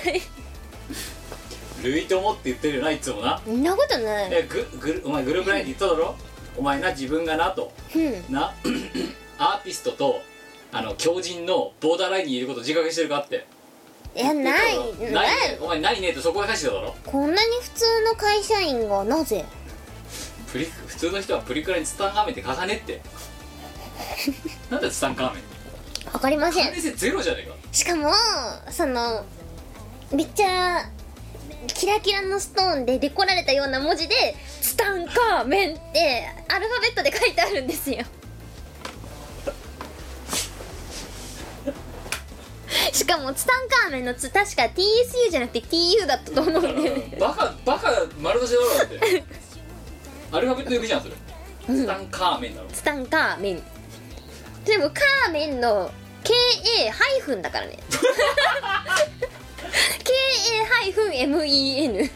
類友って言ってるよな、いつもな。 そんなことない。 お前グループラインで言っただろ、お前な、自分がなと、なアーティストと狂人のボーダーラインにいること自覚してるかって。 いや、ないお前ないねってそこが返してただろ。 こんなに普通の会社員がなぜ普通の人はプリクラにツタンカーメンって書かねって。なんだツタンカーメンってわかりません。 関連性ゼロじゃねえか。 しかもめっちゃキラキラのストーンでデコられたような文字でツタンカーメンってアルファベットで書いてあるんですよ。 しかもツタンカーメンの確か TSU じゃなくて TU だったと思うんだよね。 バカ丸出しだろだってアルファベット呼びじゃんそれ。ツタンカーメンだろ。 ツタンカーメンでもカーメンの KA ハイフンだからね。KA-MEN。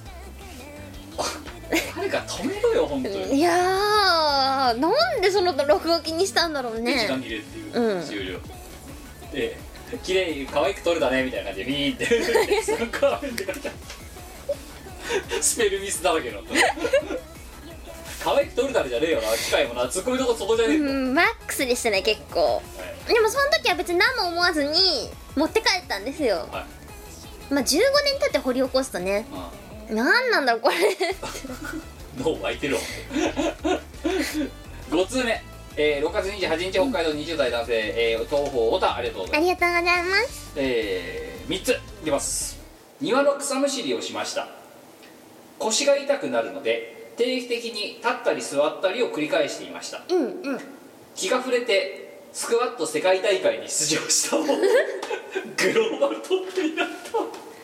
誰か止めろよ本当に。 いやー、なんでその落書きにしたんだろう時ね。 間切れっていう、終了で綺麗可愛く撮れたねみたいな感じでビーンってそのカーメンって書いてあるスペルミスだらけの可愛く撮れたねじゃねえよな、機械もな、ツッコミどこそこじゃねえと、 マックスでしたね結構。でもその時は別に何も思わずに持って帰ったんですよ。 はい、 まあ15年経って掘り起こすとね、なんなんだろうこれ。 脳湧いてるわ5通目、6月28日北海道20代男性、東方小田ありがとうございます。 ありがとうございます。 3ついきます。庭の草むしりをしました。腰が痛くなるので定期的に立ったり座ったりを繰り返していました。気が触れてスクワット世界大会に出場したグローバルトップになった。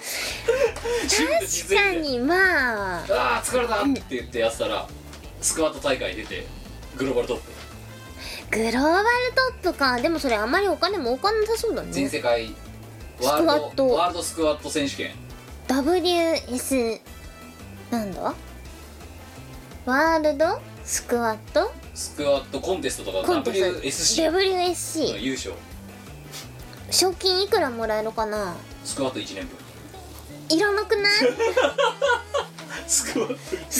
確かにまああ疲れたって言ってやってたら、スクワット大会出てグローバルトップ。 グローバルトップか。でもそれあんまりお金もお金なさそうだね。 全世界ワールドスクワット選手権 WS なんだワールドスクワットコンテストとかコンテスト WSC WSC 優勝。 賞金いくらもらえるかな。 スクワット1年分。 いらなくない？ スクワット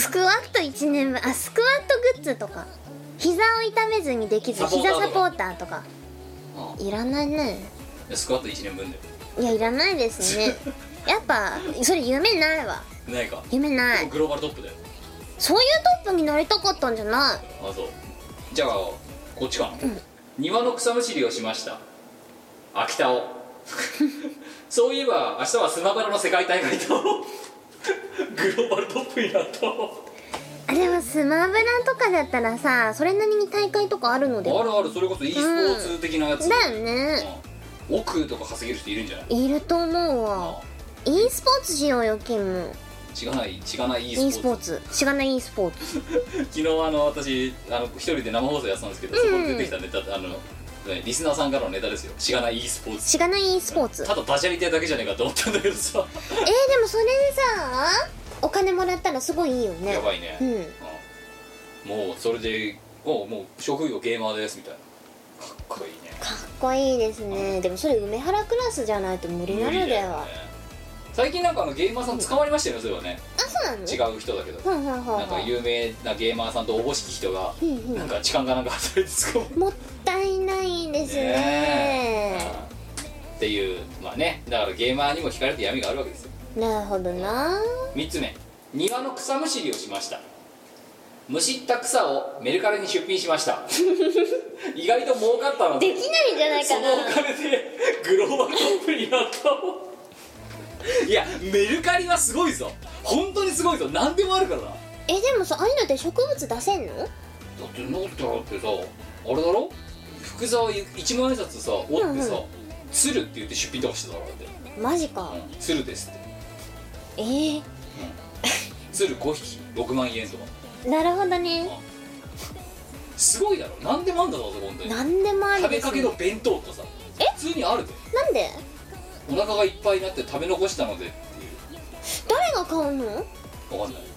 1年分。あ、スクワットグッズとか膝を痛めずにできる膝サポーターとかいらないね。 スクワット1年分で。 いやいらないですね。やっぱそれ夢ないわ。 ないか。 夢ない。 グローバルトップだよ。 そういうトップになりたかったんじゃない。 あ、そう。じゃあこっちかな、庭の草むしりをしました。秋田をそういえば明日はスマブラの世界大会とグローバルトップになった。 でもスマブラとかだったらさ、それなりに大会とかあるのでは。 あるある、それこそ e スポーツ的なやつ、 だよね、 億とか稼げる人いるんじゃない？ いると思うわ。e スポーツしようよキム。 しがない e スポーツしがない e スポーツ昨日私一人で生放送やってたんですけど、そこで出てきたネタリスナーさんからのネタですよ。しがない e スポーツ。 しがない e スポーツ。 ただダジャレてだけじゃねえかと思ったんだけどさ。 でもそれでさお金もらったらすごいいいよね。 やばいね。もうそれでもう職業ゲーマーですみたいな。かっこいいね。 かっこいいですね。でもそれ梅原クラスじゃないと無理なのでは。 最近なんかゲーマーさん捕まりましたよね、それはね。 あ、そうなの？ 違う人だけど、 なんか有名なゲーマーさんとおぼしき人がなんか痴漢がなんか働いて捕まる。 もったいないですね。 っていう、まあね、だからゲーマーにも惹かれて闇があるわけですよ。 なるほどな。 3つ目、庭の草むしりをしました。むしった草をメルカリに出品しました意外と儲かったのでできないんじゃないかな。 そのお金でグローバルトップになったいやメルカリはすごいぞ、本当にすごいぞ、何でもあるからな。 でもさ、ああいうのって植物出せんの？ だってノートってさ、あれだろ、福沢一万円札さ折ってさ、鶴って言って出品とかしてたからって。 マジか。 鶴ですって。鶴5匹6万円とか。 なるほどね。 すごいだろ、何でもあんだぞ本当に。 何でもある食べかけの弁当とさ普通にあるで。 なんで？ お腹がいっぱいになって食べ残したのでっていう。 誰が買うの？ 分かんない。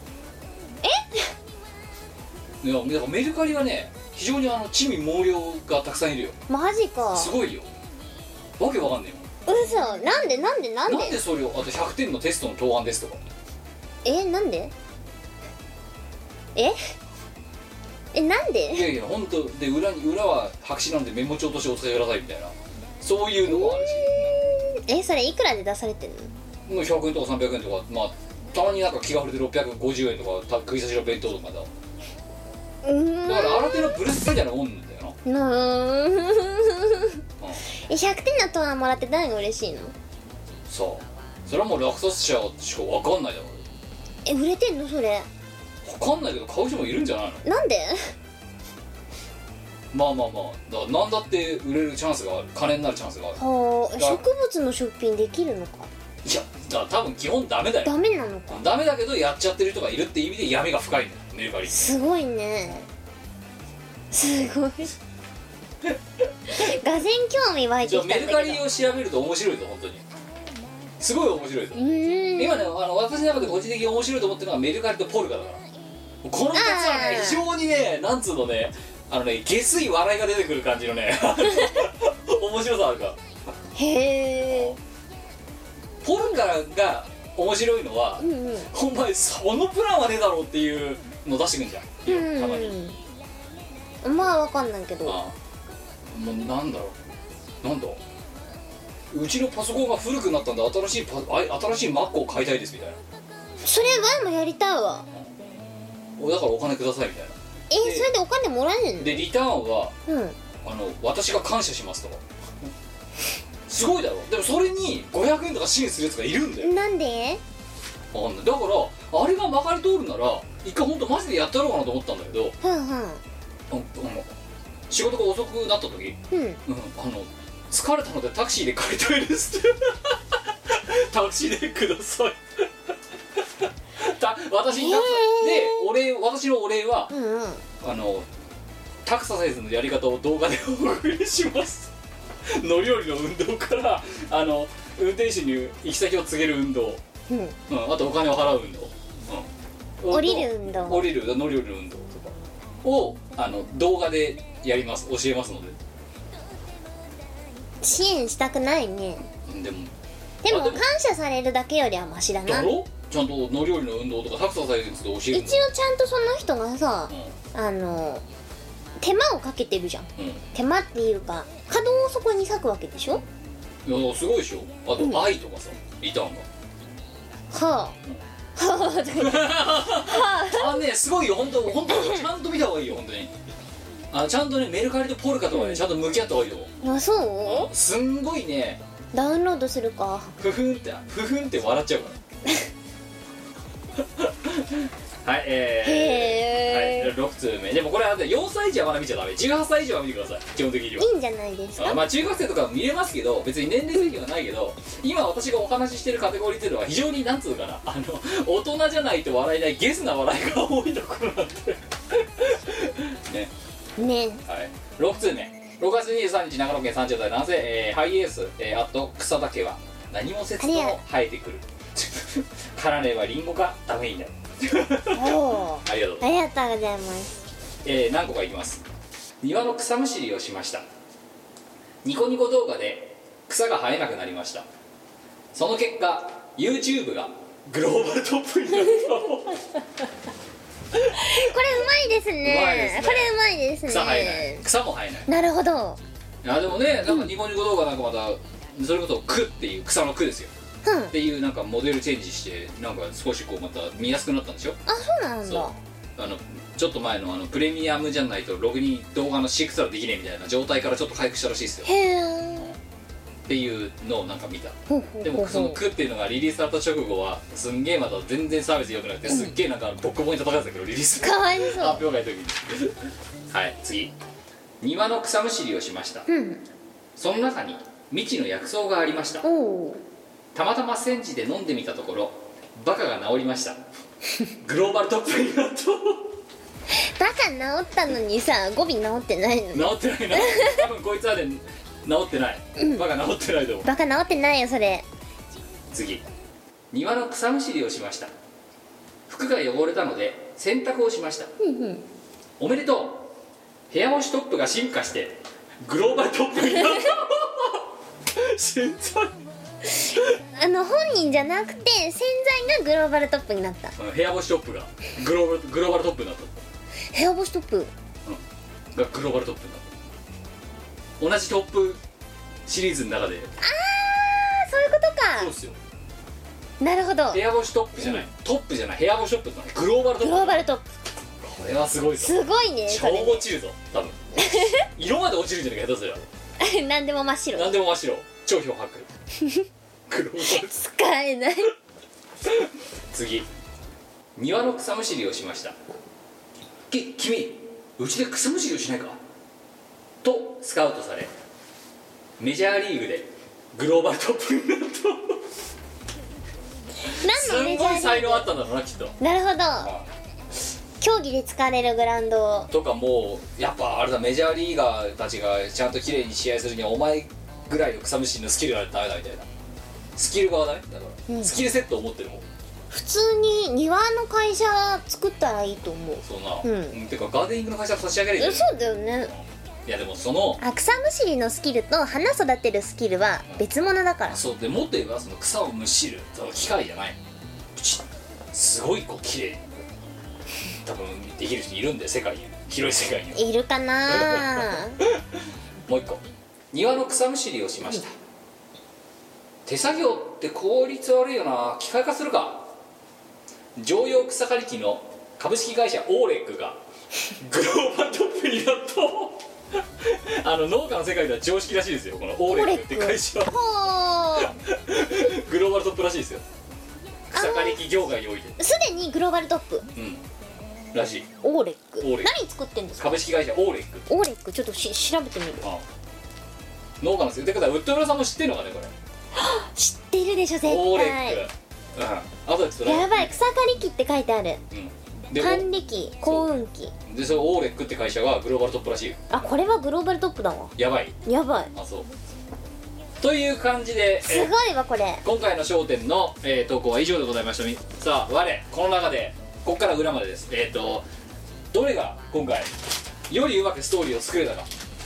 いやだからメルカリはね、非常に地味猛量がたくさんいるよ。 マジか。 すごいよ、わけわかんねえよ。嘘。なんでなんでそれを、あと100点のテストの答案ですとか。 なんで？なんで？ いやいや本当で、裏は白紙なんでメモ帳としてお使いくださいみたいな、そういうのもあるし。 それいくらで出されてんの？ もう100円とか300円とか、まあたまになんか気が触れて650円とか食い差しの弁当とかだ。だから新手のブレスみたいなもんだよな。 100点の答案もらって誰が嬉しいの？ さあそれはもう落札者しか分かんないだろ。 売れてんのそれ？ 分かんないけど買う人もいるんじゃないの？ なんで？ まあだから何だって売れるチャンスがある、金になるチャンスがある。 はあ、植物の出品できるのか。 いやだから多分基本ダメだよ。 ダメなのか。 ダメだけどやっちゃってる人がいるって意味で闇が深いんだよ、メルカリ。 すごいね、すごいがぜん興味湧いてじゃあきたんだけど。 メルカリを調べると面白いぞ、本当にすごい面白いぞ。今ね私の中で個人的に面白いと思ってるのはメルカリとポルカだから、この2つはね非常にね、なんつうのね、下水笑いが出てくる感じのね面白さあるから。 へえ。 ポルカが面白いのは、お前そのプランはねえだろうっていうの出してくんじゃん、たまに。 まあわかんないけど。 もうなんだろう、なんだうちのパソコンが古くなったんで新しいMacを買いたいですみたいな。 それ前もやりたいわ。 だからお金くださいみたいな。 それでお金もらえるの？ でリターンは私が感謝しますとかすごいだろ。でもそれに500円とか支援するやつがいるんだよ。 なんで？ だからあれがまかり通るなら一回ほんとマジでやってやろうかなと思ったんだけど、仕事が遅くなった時、疲れたのでタクシーで帰りたいですってタクシーでください私に私のお礼は、タクササイズのやり方を動画でお送りします乗り降りの運動から運転手に行き先を告げる運動、あとお金を払う運動、 降りる運動、 乗り降りる運動とかを動画でやります、教えますので。 支援したくないね。でも感謝されるだけよりはマシだな。 だろ？ちゃんと乗り降りの運動とかタクササイズで教える。 一応ちゃんとその人がさ、手間をかけてるじゃん、手間っていうか稼働をそこに割くわけでしょ。 いやすごいでしょ。あと、愛とかさリターンがすごいよ、本当ちゃんと見た方がいいよ、本当に。ちゃんとねメルカリとポルカとかね、ちゃんと向き合った方がいいよ。 あ、そう？ すんごいね。 ダウンロードするか。 ふふんって笑っちゃうからはい、6通目。でもこれは4歳以上はまだ見ちゃダメ、18歳以上は見てください、基本的には。 いいんじゃないですか。 まあ中学生とかも見れますけど、別に年齢制限はないけど、今私がお話ししてるカテゴリーっていうのは非常になんつうかな、大人じゃないと笑えないゲスな笑いが多いところなんでね。はい、6通目。6月23日長野県30代男性、ハイエース、あと草だけは何もせずとも生えてくるからねばリンゴがダメになるありがとうございます。何個かいきます。庭の草むしりをしました。ニコニコ動画で草が生えなくなりました。その結果 YouTube がグローバルトップになったこれうまいですね。これうまいですね。 草生えない、草も生えない。 なるほど。 いやでもね、なんかニコニコ動画なんかまたそれこそクっていう草のクですよ、っていうなんかモデルチェンジしてなんか少しこうまた見やすくなったんでしょ。 あ、そうなんだ。 そうちょっと前のプレミアムじゃないとログに動画の飼育すらできねえみたいな状態からちょっと回復したらしいですよ。 へえ。 っていうのをなんか見た。でもそのクっていうのがリリースされた直後はすんげえまた全然サービス良くなくて、すっげえなんかボッコボコに叩かれてたけど、リリースかわいそう発表会の時にはい次。庭の草むしりをしました、その中に未知の薬草がありました。たまたま煎じで飲んでみたところバカが治りましたグローバルトップになったバカ治ったのにさ、語尾治ってないの。 治ってないな多分こいつはね治ってない、バカ治ってないと思う。 バカ治ってないよそれ。 次。庭の草むしりをしました。服が汚れたので洗濯をしました、おめでとう。部屋干しトップが進化してグローバルトップになった洗剤本人じゃなくて洗剤がグローバルトップになった。 部屋干しトップがグローバルトップになった。 部屋干しトップ、 がグローバルトップになった。同じトップシリーズの中で。 ああ、そういうことか。 そうっすよ。 なるほど。 部屋干しトップじゃない、トップじゃない、部屋干しトップってグローバルトップ。 グローバルトップ、 これはすごいぞ。 すごいね。 超落ちるぞ多分色まで落ちるんじゃないか下手すれば何でも真っ白、 何でも真っ白、超漂白グローバル使えない次。庭の草むしりをしました。君うちで草むしりをしないか。 とスカウトされメジャーリーグでグローバルトップになるとすんごい才能あったんだろうなきっと。 なるほど。競技で使われるグラウンドとかもうやっぱあれだ、メジャーリーガーたちがちゃんと綺麗に試合するにはお前ぐらいの草むしりのスキルがダメだみたいな、スキル側だね、だから、スキルセットを持ってるもん。 普通に庭の会社作ったらいいと思う。 そうな、 うんてかガーデニングの会社差し上げるよ。 そうだよね。 いやでもその草むしりのスキルと花育てるスキルは別物だから。 そうでもっと言えばその草をむしるその機械じゃない、プチッすごいこう綺麗に多分できる人いるんで、世界に広い世界にいるかなもう一個、庭の草むしりをしました。手作業って効率悪いよな、機械化するか。常用草刈り機の株式会社オーレックがグローバルトップになった農家の世界では常識らしいですよ、このオーレックって会社はグローバルトップらしいですよ、草刈り機業界において。 すでにグローバルトップらしい。 オーレック。 オーレック何作ってんですか。 株式会社オーレック。 オーレックちょっと調べてみる。 農家の世界ってことはウッド村さんも知ってるのかねこれ。 知ってるでしょ絶対。 オーレック、あとでちょっとやばい、草刈り機って書いてある。 で管理機、耕運機でそれオーレックって会社がグローバルトップらしいよ。 あ、これはグローバルトップだわ。 やばい。 やばい。 あ、そうという感じで、 すごいわこれ。 今回の焦点の、投稿は以上でございました。さあ我この中でここから裏までです。どれが今回よりうまくストーリーを作れたか。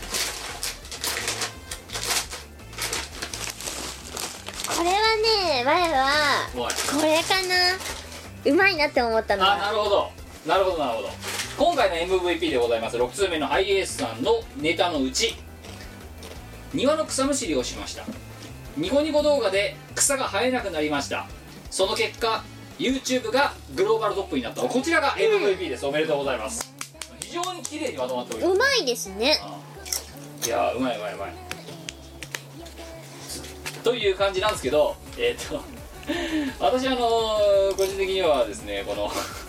これはね、我はおいこれかな、うまいなって思ったのは。 なるほどなるほどなるほど。今回の MVP でございます。6通目の IAS さんのネタのうち、庭の草むしりをしました。ニコニコ動画で草が生えなくなりました。その結果 YouTube がグローバルトップになった。こちらが MVP です。おめでとうございます。非常に綺麗にまとまっております。 うまいですね。 いやうまいうまいうまいという感じなんですけど、私個人的にはですね、この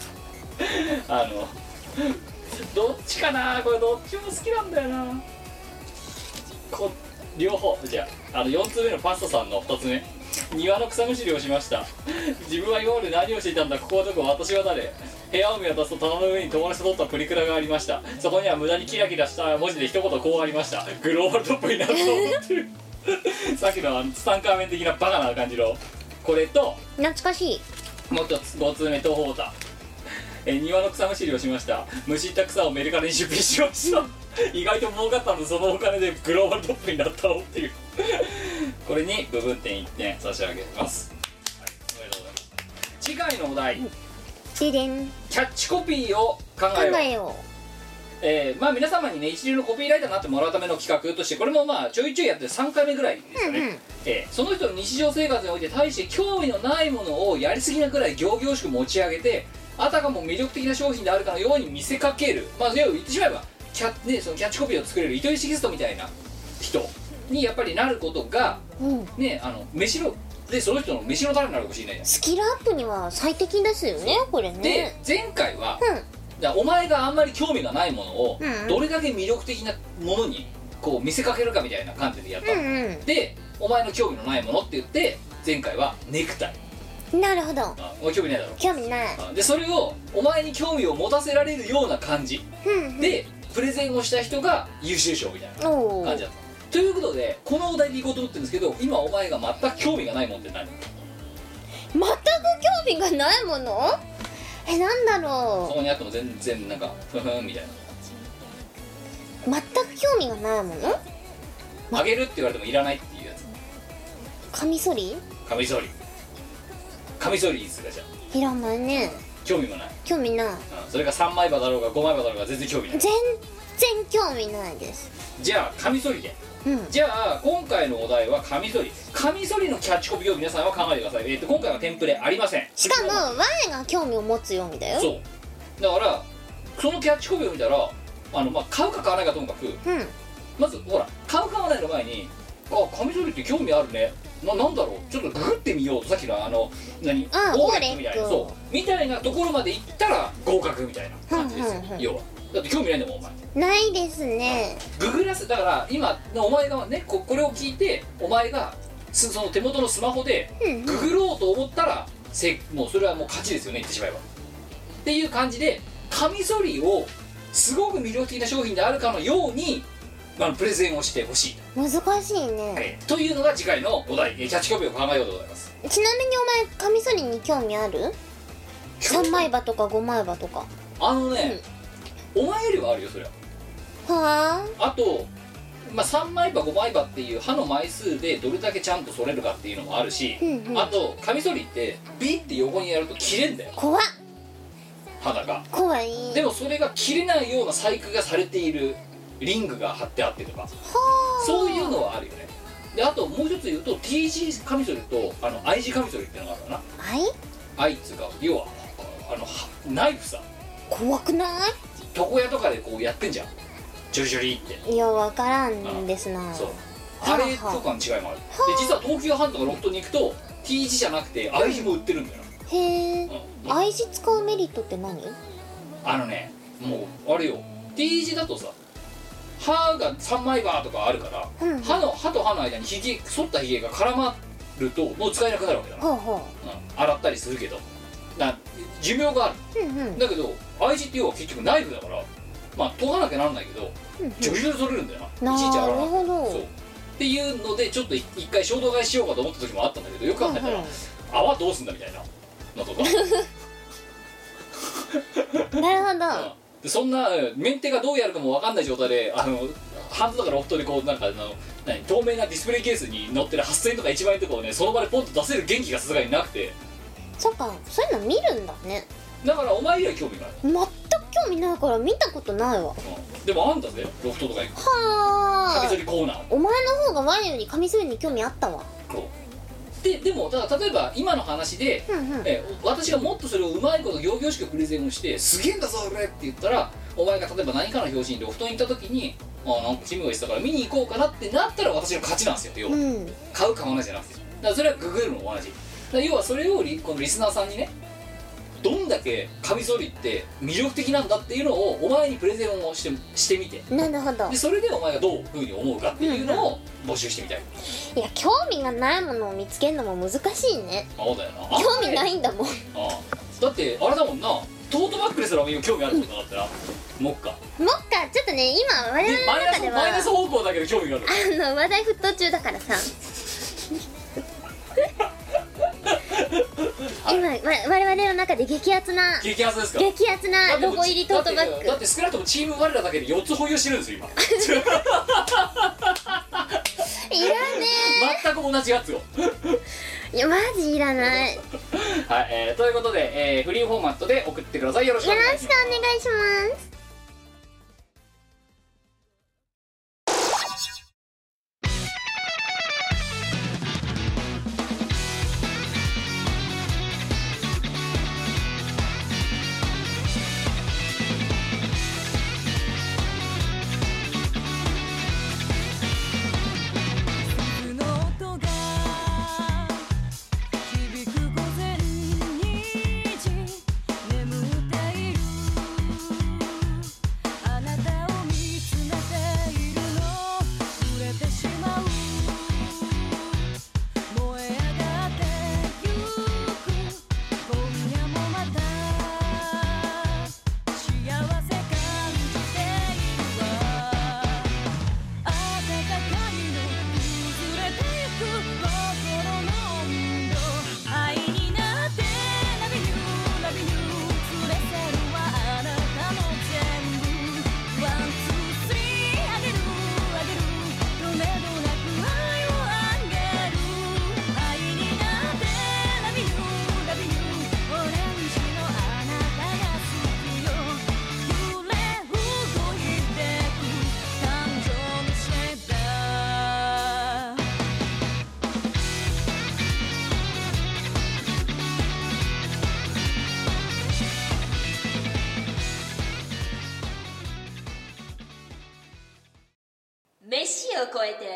どっちかな、これどっちも好きなんだよな。両方じゃあ4通目のパスタさんの2つ目、庭の草むしりをしました。自分は今まで何をしていたんだ、ここはどこ、私は誰。部屋を見渡すと棚の上に友達と撮ったプリクラがありました。そこには無駄にキラキラした文字で一言こうありました。グローバルトップになると思ってるさっきのツタンカーメン的なバカな感じのこれと、 懐かしい。 もう一つ5通目とホータ、庭の草むしりをしました。むしった草をメルカリに出品しました意外と儲かったのでそのお金でグローバルトップになったのっていうこれに部分点1点差し上げます、はい、おめでとうございます。次回のお題、 ででん、 キャッチコピーを考えよう。まあ皆様にね、一流のコピーライターになってもらうための企画として、これもまあちょいちょいやって3回目ぐらいですよね、その人の日常生活において対して興味のないものをやりすぎなくらい仰々しく持ち上げて、あたかも魅力的な商品であるかのように見せかける、まあ言ってしまえばそのキャッチコピーを作れる糸井重里みたいな人にやっぱりなることが、ね、飯のでその人の飯の種になるかもしれないじゃん。 スキルアップには最適ですよねこれね。 で前回は、だお前があんまり興味がないものを、どれだけ魅力的なものにこう見せかけるかみたいな観点でやったの、でお前の興味のないものって言って前回はネクタイ。 なるほど。 お前興味ないだろ。 興味ない。 でそれをお前に興味を持たせられるような感じ、でプレゼンをした人が優秀賞みたいな感じだった。ということでこのお題でいこうと思ってるんですけど、今お前が全く興味がないもんって何？ 全く興味がないもの？なんだろそこにあっても全然なんかふふんみたいな。全く興味がないもの？ あげるって言われてもいらないっていうやつ。 カミソリ？ カミソリ。カミソリですかじゃあ。 いらないね。 興味もない。 興味ない。 それが3枚刃だろうが5枚刃だろうが全然興味ない。 全然興味ないです。じゃあカミソリで。じゃあ今回のお題はカミソリ。カミソリのキャッチコピーを皆さんは考えてください。今回はテンプレありません。 しかも我が興味を持つようにだよ。 そうだからそのキャッチコピーを見たら買うか買わないかともかく、まずほら買う買わないの前にカミソリって興味あるね、なんだろうちょっとググってみようと、さっきのオーレックみたいな、そうみたいなところまで行ったら合格みたいな感じですよ、要は。 だって興味ないんだもんお前。 ないですね。 ググらせだから今お前がねこれを聞いてお前がその手元のスマホでググろうと思ったらもうそれはもう勝ちですよね、言ってしまえばっていう感じで、カミソリをすごく魅力的な商品であるかのようにプレゼンをしてほしい、 難しいね。 というのが次回のお題キャッチコピーを考えようでございます。 ちなみにお前カミソリに興味ある？3枚刃とか5枚刃とか。 お前よりはあるよそれは。 はあと、3枚刃5枚刃っていう刃の枚数でどれだけちゃんと剃れるかっていうのもあるし、あとカミソリってビッて横にやると切れんだよ、 怖っ。 肌が。 怖い。 でもそれが切れないような細工がされているリングが貼ってあってとか、そういうのはあるよね。であともう一つ言うと T 字カミソリとI 字カミソリっていうのがあるかな。I っつうか要はナイフさ、 怖くない？ 床屋とかでこうやってんじゃん、ジョリジョリって。 いや分からんですな。 そう、あれとかの違いもある。で実は東急ハンとかロフトに行くと T 字じゃなくて I 字も売ってるんだよな。 へえ。I 字使うメリットって何？ もうあれよ、 T 字だとさ歯が3枚刃とかあるから、歯と歯の間に反ったひげが絡まるともう使えなくなるわけだな。洗ったりするけど寿命がある、だけど I 字って要は結局ナイフだから研がなきゃならないけどジョリジョリ取れるんだよな、いちいち洗わなくて。そうっていうのでちょっと一回衝動買いしようかと思った時もあったんだけど、よく考えたら泡どうすんだみたいなのとかなるほど。 でそんなメンテがどうやるかも分かんない状態でハンドとかロフトでこうなんか透明なディスプレイケースに載ってる8000円とか1万円とかをねその場でポンと出せる元気がさすがになくて。 そっか、そういうの見るんだね。 だからお前には興味がある。 全く興味ないから見たことないわ。 でもあんだぜ、ロフトとか行くカミソリコーナー。 お前の方が我よりカミソリに興味あったわ。 でもだから例えば今の話で、私がもっとそれをうまいこと仰々しくプレゼンをしてすげえんだぞ俺って言ったら、お前が例えば何かの表紙にロフトに行った時になんか君が言ってたから見に行こうかなってなったら私の勝ちなんですよ、要は、買う買わないじゃなくて。だからそれはググるのも同じ。要はそれをこのリスナーさんにね、どんだけカミソリって魅力的なんだっていうのをお前にプレゼンをしてみて、 なるほど。 でそれでお前がどういうふうに思うかっていうのを募集してみたい。 いや興味がないものを見つけるのも難しいね。 そうだよな、 興味ないんだもん。 だってあれだもんな、トートバッグですら興味あるってことだったらもっかちょっとね今我々の中ではマイナス方向だけど興味がある。 話題沸騰中だからさ今我々の中で激アツですか？激アツなロゴ入りトートバッグ。 だって少なくともチーム我らだけで4つ保有してるんですよ今いらねえ全く同じやつをいやマジいらない。 はい、ということで、フリーフォーマットで送ってください。よろしくお願いします。 飯を超えて。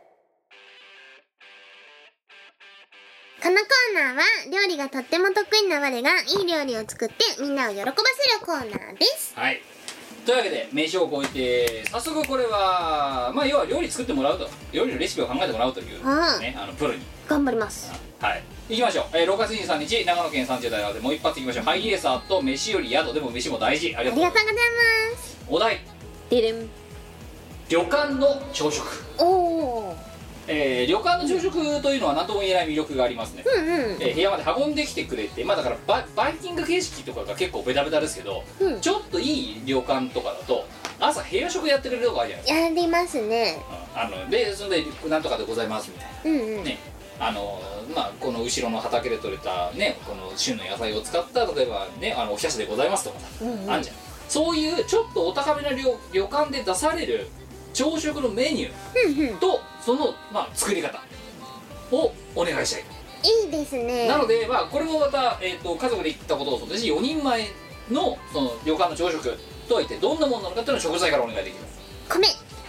このコーナーは料理がとっても得意な我がいい料理を作ってみんなを喜ばせるコーナーです。 はい。 というわけで飯を超えて早速これはまあ要は料理作ってもらうと、料理のレシピを考えてもらうというね、プロに頑張ります。 はい行きましょう。6月23日長野県30代でもう一発いきましょう。ハイエーサーと飯より宿でも飯も大事。ありがとうございます。 ありがとうございます。 お題でれん。 旅館の朝食。 おお。 旅館の朝食というのは何とも言えない魅力がありますね。部屋まで運んできてくれて、まあだからバイキング形式とかが結構ベタベタですけど、ちょっといい旅館とかだと朝部屋食やってくれるとこあるじゃないですか。 やりますね。 でそれでなんとかでございますみたいな、ね、まあこの後ろの畑で採れたねこの旬の野菜を使った例えばねおひたしでございますとかさ、あんじゃん。そういうちょっとお高めな旅館で出される朝食のメニューとその、まあ、作り方をお願いしたい。 いいですね。 なので、まあ、これもまた、家族で行ったことをそうですし4人前のその旅館の朝食とは一体どんなものなのかというのを食材からお願いできます。 米。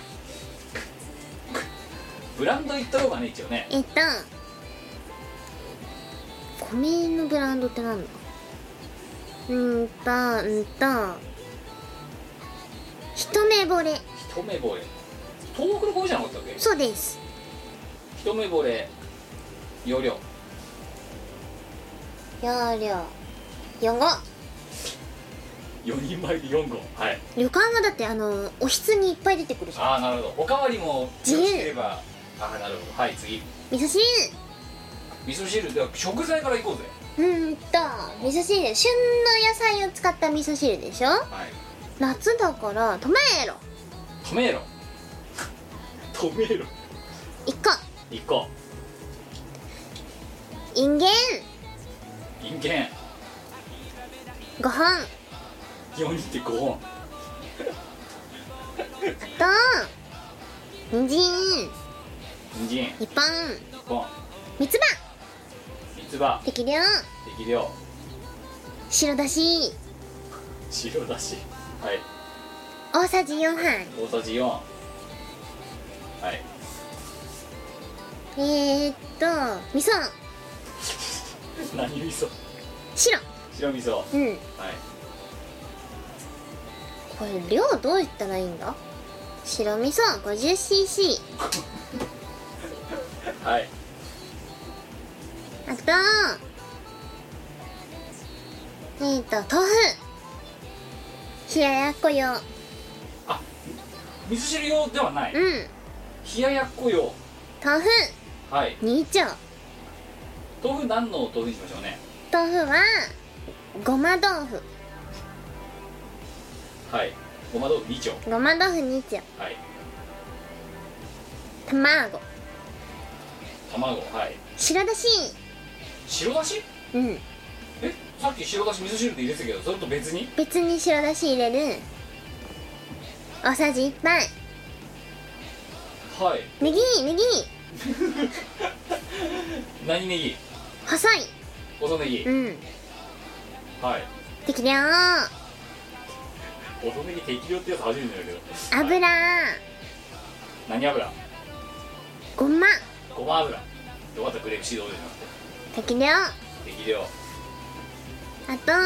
ブランド言った方がね一応ね。 米のブランドってなんだ。一目惚れ。 一目惚れ。東北の米じゃなかったっけ。 そうです。 一目惚れ容量 4合。 4人前で4合。はい。 旅館はだっておひつにいっぱい出てくるじゃん。 ああなるほど。おかわりも自由よろしければ。ああなるほど。はい、次味噌汁。 味噌汁では食材からいこうぜ。 味噌汁、旬の野菜を使った味噌汁でしょ。 はい。 夏だからトメーロトメーロ 1個。 1個。 インゲン5本。 4人って5本。 あと人参 1 1本。 本。 三つ葉三つ葉適量。 適量。 白だし白だし。はい。 大さじ4杯。 大さじ4。はい。 味噌何味噌。 白味噌。はい。 これ量どういったらいいんだ。白味噌 50cc。 はい。 あと豆腐冷ややっこ用。 あ、味噌汁用ではない。冷ややっこ用。 豆腐はい。 2丁。 豆腐何の豆腐にしましょうね。 豆腐はごま豆腐。 はい。ごま豆腐2丁。 ごま豆腐2丁。 はい。 卵。 はい。 白だし。 白だし。さっき白だし味噌汁で入れてたけどそれと別に。 別に白だし入れる。大さじ1杯。 はい。 ネギ何ネギ。 細い。 細ネギ。はい。 適量。 細ネギ適量ってやつ初めてだけど。 油。 何油。 ごま油。よかったグレープシードオイルじゃなくて。 適量。 適量。 あと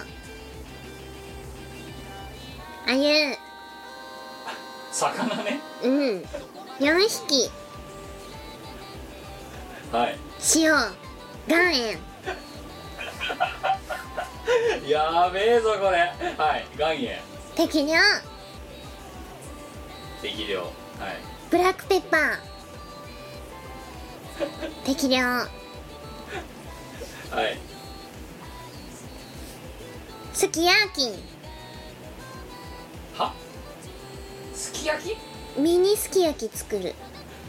あゆ。 魚ね。 4匹。 はい。 塩岩塩。 やべえぞこれ。はい。岩塩。 適量。 適量。はい。 ブラックペッパー適量。 はい。 すき焼き。 は？すき焼き？ ミニすき焼き作る。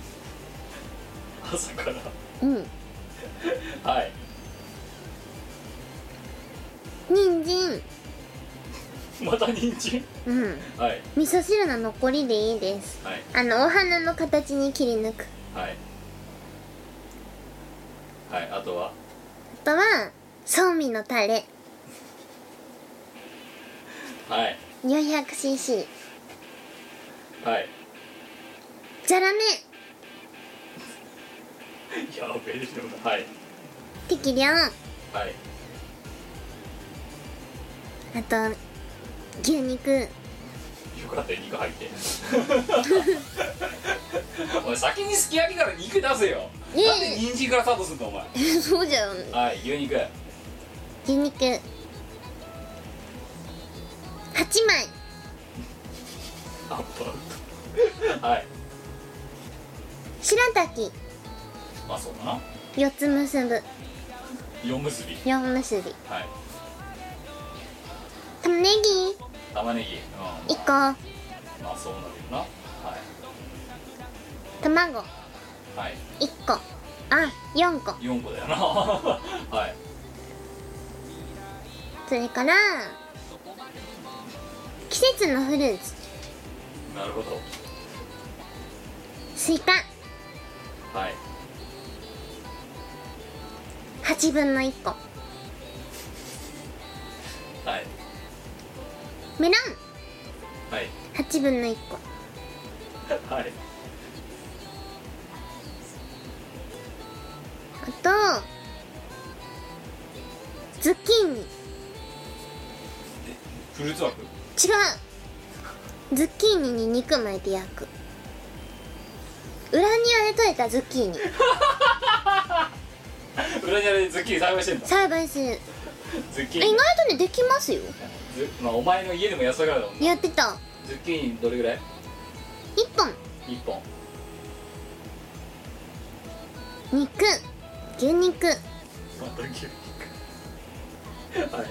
朝から。はい。 人参。 また人参。はい。 味噌汁の残りでいいです。 はい。 お花の形に切り抜く。 はい。はい。あとはそうみのタレ。 はい。 400cc。 はい。 ザラメ。 やべえ人だ。はい。 適量。 はい。 あと牛肉。 よかったよ、肉入っておい先にすき焼きから肉出せよ。なんで人参からスタートすんのお前そうじゃん。 はい、牛肉牛肉8枚。 あはい、 白滝まあそうだな。 4つ結ぶ 4結び。 4結び。 はい、 玉ねぎ玉ねぎ、 1個。 まあそうなるよな。はい卵はい 1個。あ、4個。 4個だよなはいそれから季節のフルーツ、 なるほど。 スイカはい 8分の1個。 はいメロはいン8分の1個。 はいあとズッキーニ。 フルーツ枠。 違う、ズッキーニに肉巻いて焼く。裏庭で採れたズッキーニ裏庭でズッキーニ栽培してんだ。 栽培する。 ズッキーニ意外とねできますよ。 まあお前の家でも安上がりだもんな。 やってた。 ズッキーニどれぐらい？ 1本 1本。 肉、牛肉、 また牛肉はい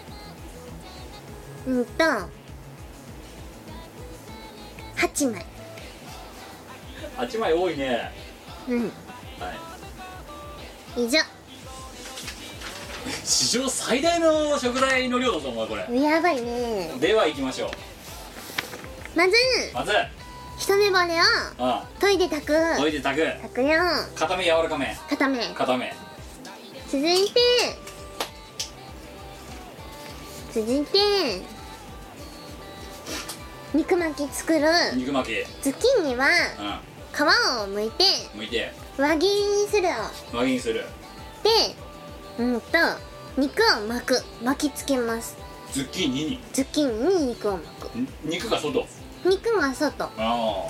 8枚。 8枚多いね。 うんはい以上。 史上最大の食材の量だぞお前これ。 やばいね。 では行きましょう。 まずまず一目惚れを研いで炊く。 おいで炊く。 炊くよ。 固め柔らかめ。 固め。 固め。 続いて肉巻き作る。 肉巻き。 ズッキーニは皮を剥いて剥いて輪切りにする。 輪切りにする。 で肉を巻きつけます。 ズッキーニにズッキーニに肉を巻く。 肉が外。 肉が外。 あ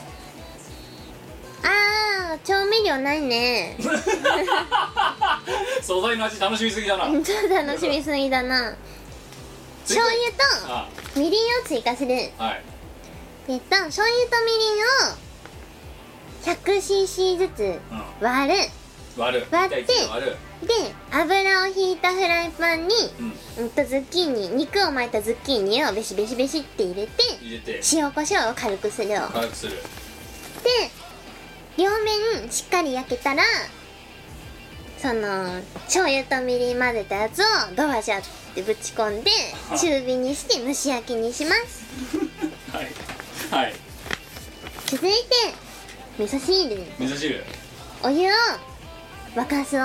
調味料ないねあ素材の味楽しみすぎだな。 ちょっと楽しみすぎだな。醤油あとみりんを追加する。 はい醤油とみりんを 100cc ずつ割る。 割る。 割って 1対1で割る。 で油を引いたフライパンにズッキーニ、肉を巻いたズッキーニをベシベシベシって入れて入れて塩コショウを軽くする。で軽くする。 両面しっかり焼けたらその醤油とみりん混ぜたやつをドバシャってぶち込んで中火にして蒸し焼きにしますはいはい。 続いて味噌汁。 味噌汁。 お湯を沸かそう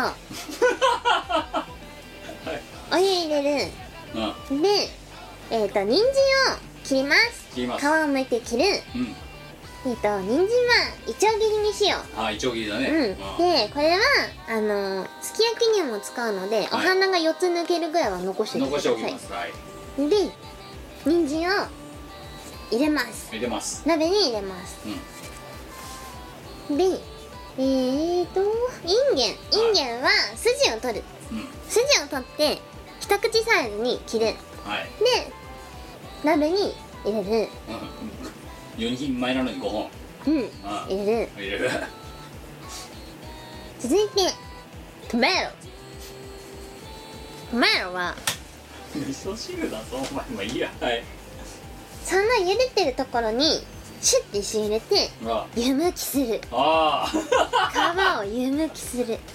お湯入れる。で人参を切ります。 切ります。 皮を剥いて切る。人参はいちょう切りにしよう。 いちょう切りだね。 でこれはすき焼きにも使うので、お花が4つ抜けるぐらいは残しておいてください。 残しておきます。はいで人参を入れます。 入れます。 鍋に入れます。でインゲンは筋を取る。筋を取って一口サイズに切る。で鍋に入れる。 4人前なのに5本。 入れる。続いてトマトは味噌汁だぞお前。まあいいや。はい。 その茹でてるところにシュッて石入れて湯むきする。皮を湯むきする。で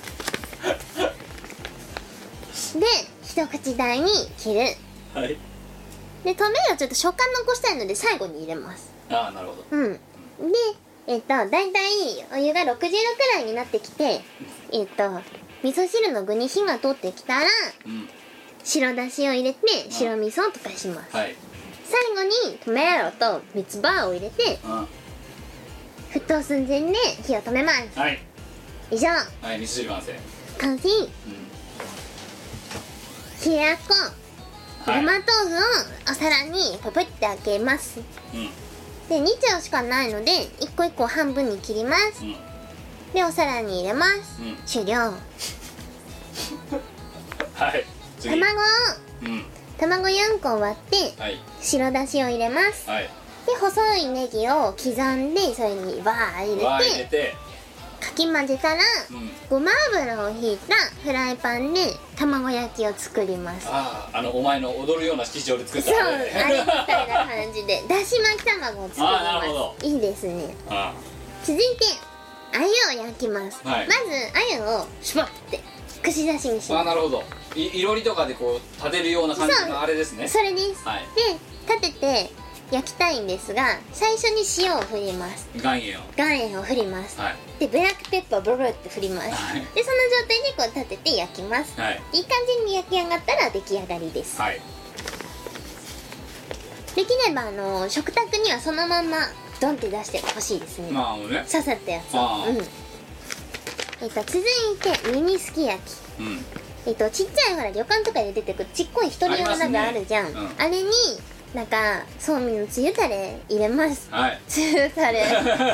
一口大に切る。 はい。 でトマトちょっと食感残したいので最後に入れます。 なるほど。 でだいたいお湯が60度くらいになってきて味噌汁の具に火が通ってきたら白だしを入れて白味噌を溶かします。最後にトマトと三つ葉を入れて沸騰寸前で火を止めます。以上。 はい、味噌汁完成。 完成。冷ややっこごま豆腐をお皿にポポって開けます。 で2丁しかないので1個1個半分に切ります、でお皿に入れます、終了。 はい次卵4個割って白だしを入れます、で細いネギを刻んでそれにバー入れてかき混ぜたら、ごま油をひいたフライパンで卵焼きを作ります。 お前の踊るような式場で作ったそう、あれみたいな感じでだし巻き卵を作りなるほます。いいですね。続いて鮎を焼きます、まず鮎をシュポッて串刺しにします。 なるほど。いろりとかでこう立てるような感じのあれですね。 それです、で立てて焼きたいんですが最初に塩を振ります。 岩塩を振ります、でブラックペッパーブルーって振ります、でその状態でこう立てて焼きます、いい感じに焼き上がったら出来上がりです、できれば食卓にはそのままドンって出してほしいですね。刺さったやつを。続いてミニすき焼き、ちっちゃいほら旅館とかで出てくるちっこい一人用の鍋あるじゃん、あれになんかそうめんのつゆタレ入れます、つゆタレ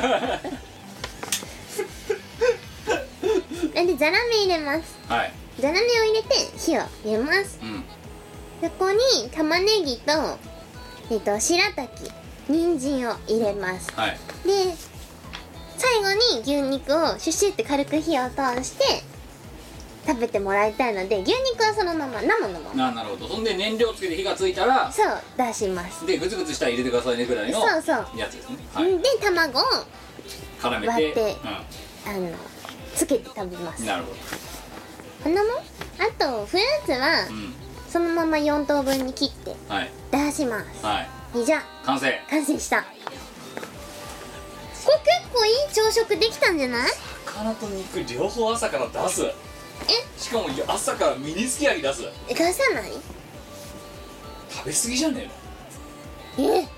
でザラメ入れます、ザラメを入れて火を入れます、そこに玉ねぎと白滝人参を入れます、で最後に牛肉をシュッシュって軽く火を通して食べてもらいたいので牛肉はそのまま生のまま。 なるほど。そんで燃料つけて火がついたらそう出します。 でグツグツしたら入れてくださいねぐらいのやつですね。 で卵を絡めて割ってつけて食べます。 なるほど。 こんなもん。あとフルーツはそのまま4等分に切って出します。以上完成した。これ結構いい朝食できたんじゃない？ 魚と肉両方朝から出す。しかも朝からミニすき焼き出す。 出さない？ 食べ過ぎじゃねえ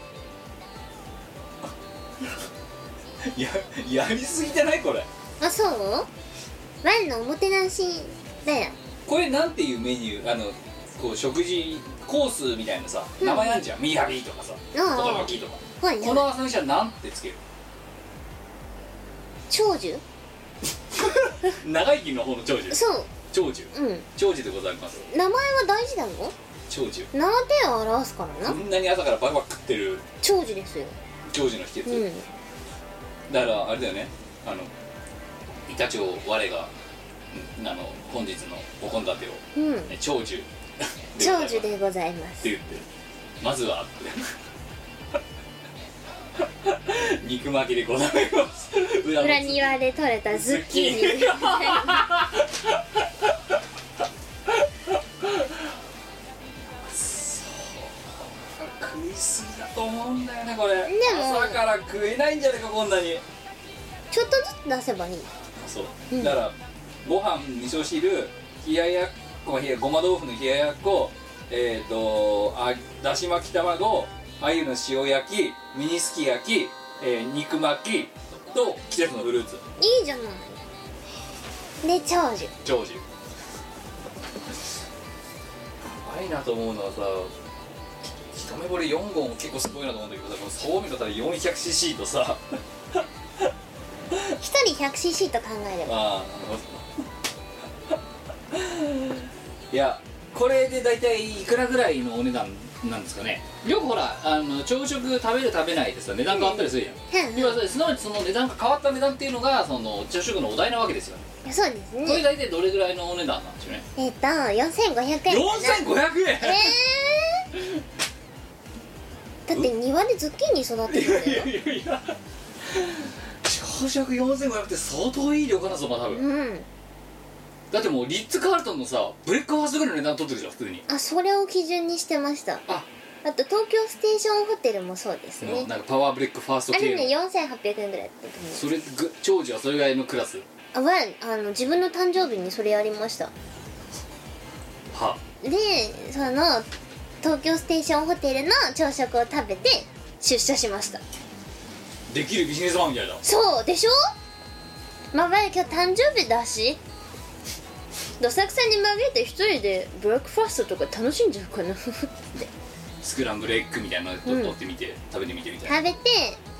の？やりすぎてないこれ。 あ、そう？ワインのおもてなしだよ。 これなんていうメニューこう食事コースみたいなさ名前あんじゃん。ミヤビとかさ驚きとか。この朝飯はなんてつける？ 長寿？ 長生きの方の長寿。 そう長寿。長寿でございます。 名前は大事なの？ 長寿。 名手を表すからな。 こんなに朝からバクバク食ってる長寿ですよ。 長寿の秘訣。だからあれだよね。板長我が本日のお献立を長寿長寿でございますって言ってまずは肉巻きでございます。 裏庭で採れたズッキーニでございます食いすぎだと思うんだよねこれ。 でも朝から食えないんじゃねえかこんなに。 ちょっとずつ出せばいい。 そう、だからご飯味噌汁冷ややっこごま豆腐の冷ややっこだし巻き卵鮎の塩焼きミニすき焼き、肉巻きと季節のフルーツ。 いいじゃないで長寿。 やばいなと思うのはさ一目惚れ4号も結構すごいなと思うんだけどそう見ると 400cc とさ 1人 100cc と考えれば。 いやこれで大体いくらぐらいのお値段なんですかね。よくほら朝食食べる食べないでさ値段変わったりするじゃん。要はすなわちその値段が変わった値段っていうのがその朝食のお題なわけですよ。 そうですね。 これ大体どれぐらいのお値段なんでしょうね。 4500円かな。4500 円だって庭でズッキーニ育てるんだよ。 朝食4500って相当いい旅館だぞ多分。だってもうリッツ・カールトンのさブレックファーストぐらいの値段取ってるじゃん普通に。 それを基準にしてました。あと東京ステーションホテルもそうですね。 なんかパワーブレックファースト系のあれね4800円ぐらいだったと思う。 それ長寿はそれぐらいのクラス。 自分の誕生日にそれやりました。でその東京ステーションホテルの朝食を食べて出社しました。 できるビジネスマンみたいだ。 そうでしょ。今日誕生日だしどさくさに紛れて一人でブレックファーストとか楽しんじゃうかなってスクランブルエッグみたいなの取ってみて、食べてみてみたいな。 食べて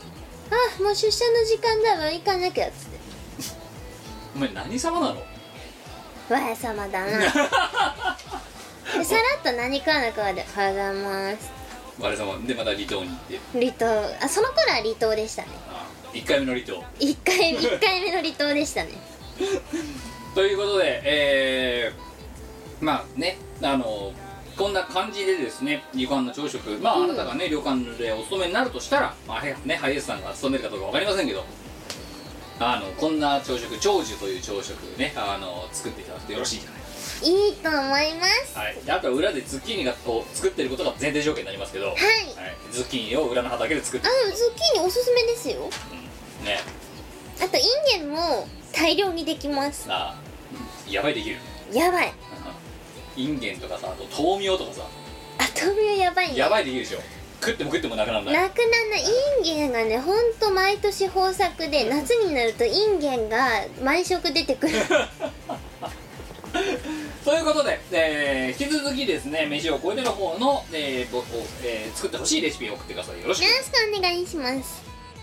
あもう出社の時間だわ行かなきゃっつって。 お前何様なの？ わや様だな。でさらっと何かなかで「おはようございます」 我様でまた離島に行って、 離島、あその頃は離島でしたね。 1回目の離島 1回目の離島でしたね。 ということでまあねこんな感じでですね、旅館の朝食、まあ、あなたがね旅館でお勤めになるとしたら、まあね、ハイエースさんが勤めるかどうか分かりませんけど、こんな朝食、長寿という朝食ね作っていただくとよろしいんじゃないか。 いいと思います。 はい、であとは裏でズッキーニがこう作ってることが前提条件になりますけど、はい、ズッキーニを裏の畑で作ってる。 ズッキーニおすすめですよ、 ね。 あとインゲンも大量にできます。 やばいできる。 やばい。 インゲンとかさ、あと豆苗とかさ、 豆苗やばいね。 やばいできるでしょ。食っても食ってもなくならない。 なくならない。インゲンがね、ほんと毎年豊作で、夏になるとインゲンが毎食出てくる。 ということで、引き続きですね、飯を超えての方の、作ってほしいレシピを送ってください。よろしくお願いします。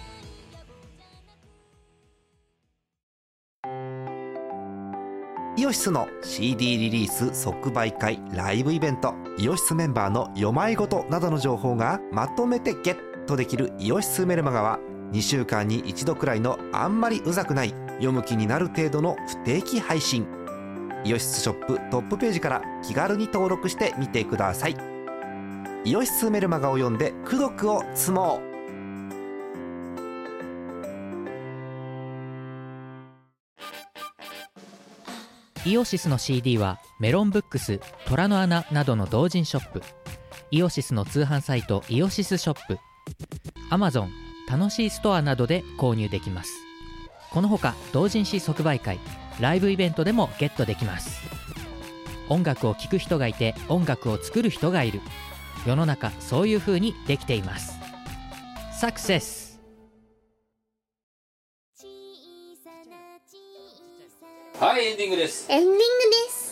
イオシスの CD リリース即売会ライブイベント、イオシスメンバーの読まいごとなどの情報がまとめてゲットできるイオシスメルマガは、2週間に1度くらいのあんまりうざくない読む気になる程度の不定期配信。イオシスショップトップページから気軽に登録してみてください。イオシスメルマガを読んで功徳を積もう。 イオシスの CD はメロンブックス、虎の穴などの同人ショップ、イオシスの通販サイトイオシスショップ、Amazon、楽しいストアなどで購入できます。このほか同人誌即売会、ライブイベントでもゲットできます。音楽を聴く人がいて音楽を作る人がいる。世の中そういう風にできています。サクセス。 はい、エンディングです。 エンディングです。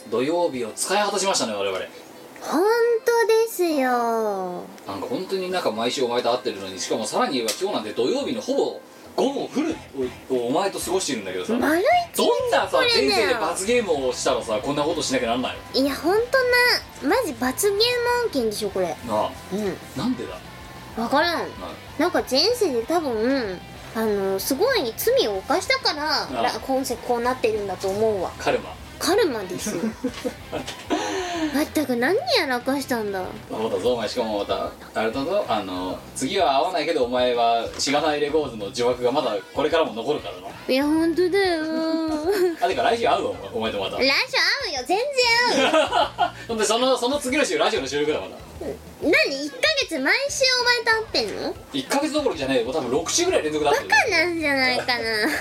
土曜日を使い果たしましたね、我々。 本当ですよ。 なんか本当になんか毎週お前と会ってるのに、しかもさらに言えば今日なんて土曜日のほぼ午後フルをお前と過ごしてるんだけどさ、 丸一日どんなさ人生で罰ゲームをしたらさこんなことしなきゃなんないの。 いや本当な、マジ罰ゲーム案件でしょこれ。 なあ、なんでだ分からん。なんか前世で多分すごい罪を犯したから今世こうなってるんだと思うわ。 カルマですよ。まったく何やらかしたんだ。 そうだぞお前。しかもまたあれだぞ、次は会わないけどお前はしがないレコーズの呪縛がまだこれからも残るからな。 いや本当だよ。 てか来週会うわお前とまた。 来週会うよ、全然会うよ。 ほんでその次の週ラジオの収録だまだ。 何1ヶ月毎週お前と会ってんの ？1ヶ月どころじゃねえよ、多分6週ぐらい連続だった。 バカなんじゃないかな。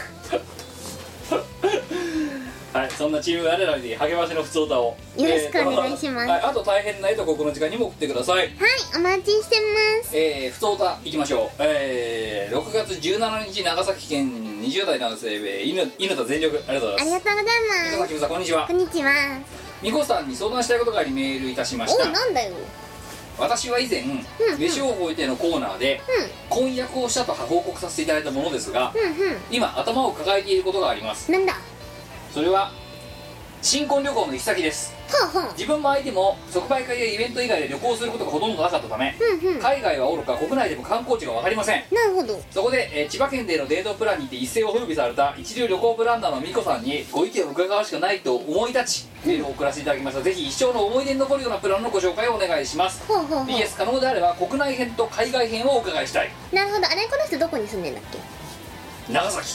はい、そんなチーム我らに励ましの普通歌をよろしくお願いします。 あと大変な絵とここの時間にも送ってください。 はい、お待ちしてます。 普通歌いきましょう。6月17日長崎県20代男性犬田全力、ありがとうございます。 ありがとうございます。 犬田きむさんこんにちは。 こんにちは。 みこさんに相談したいことがありメールいたしました。 お、なんだよ。 私は以前、飯を置いてのコーナーで、婚約をしたと報告させていただいたものですが、今頭を抱えていることがあります。 なんだ。 それは新婚旅行の行き先です。自分も相手も即売会やイベント以外で旅行することがほとんどなかったため、海外はおろか国内でも観光地が分かりません。 なるほど。 そこで、千葉県でのデートプランにて一世を風靡された一流旅行プランナーのみこさんにご意見を伺うしかないと思い立ちメールを送らせていただきました。ぜひ一生の思い出に残るようなプランのご紹介をお願いします。PS 可能であれば国内編と海外編をお伺いしたい。 なるほど。あれ、この人どこに住んでんだっけ。 長崎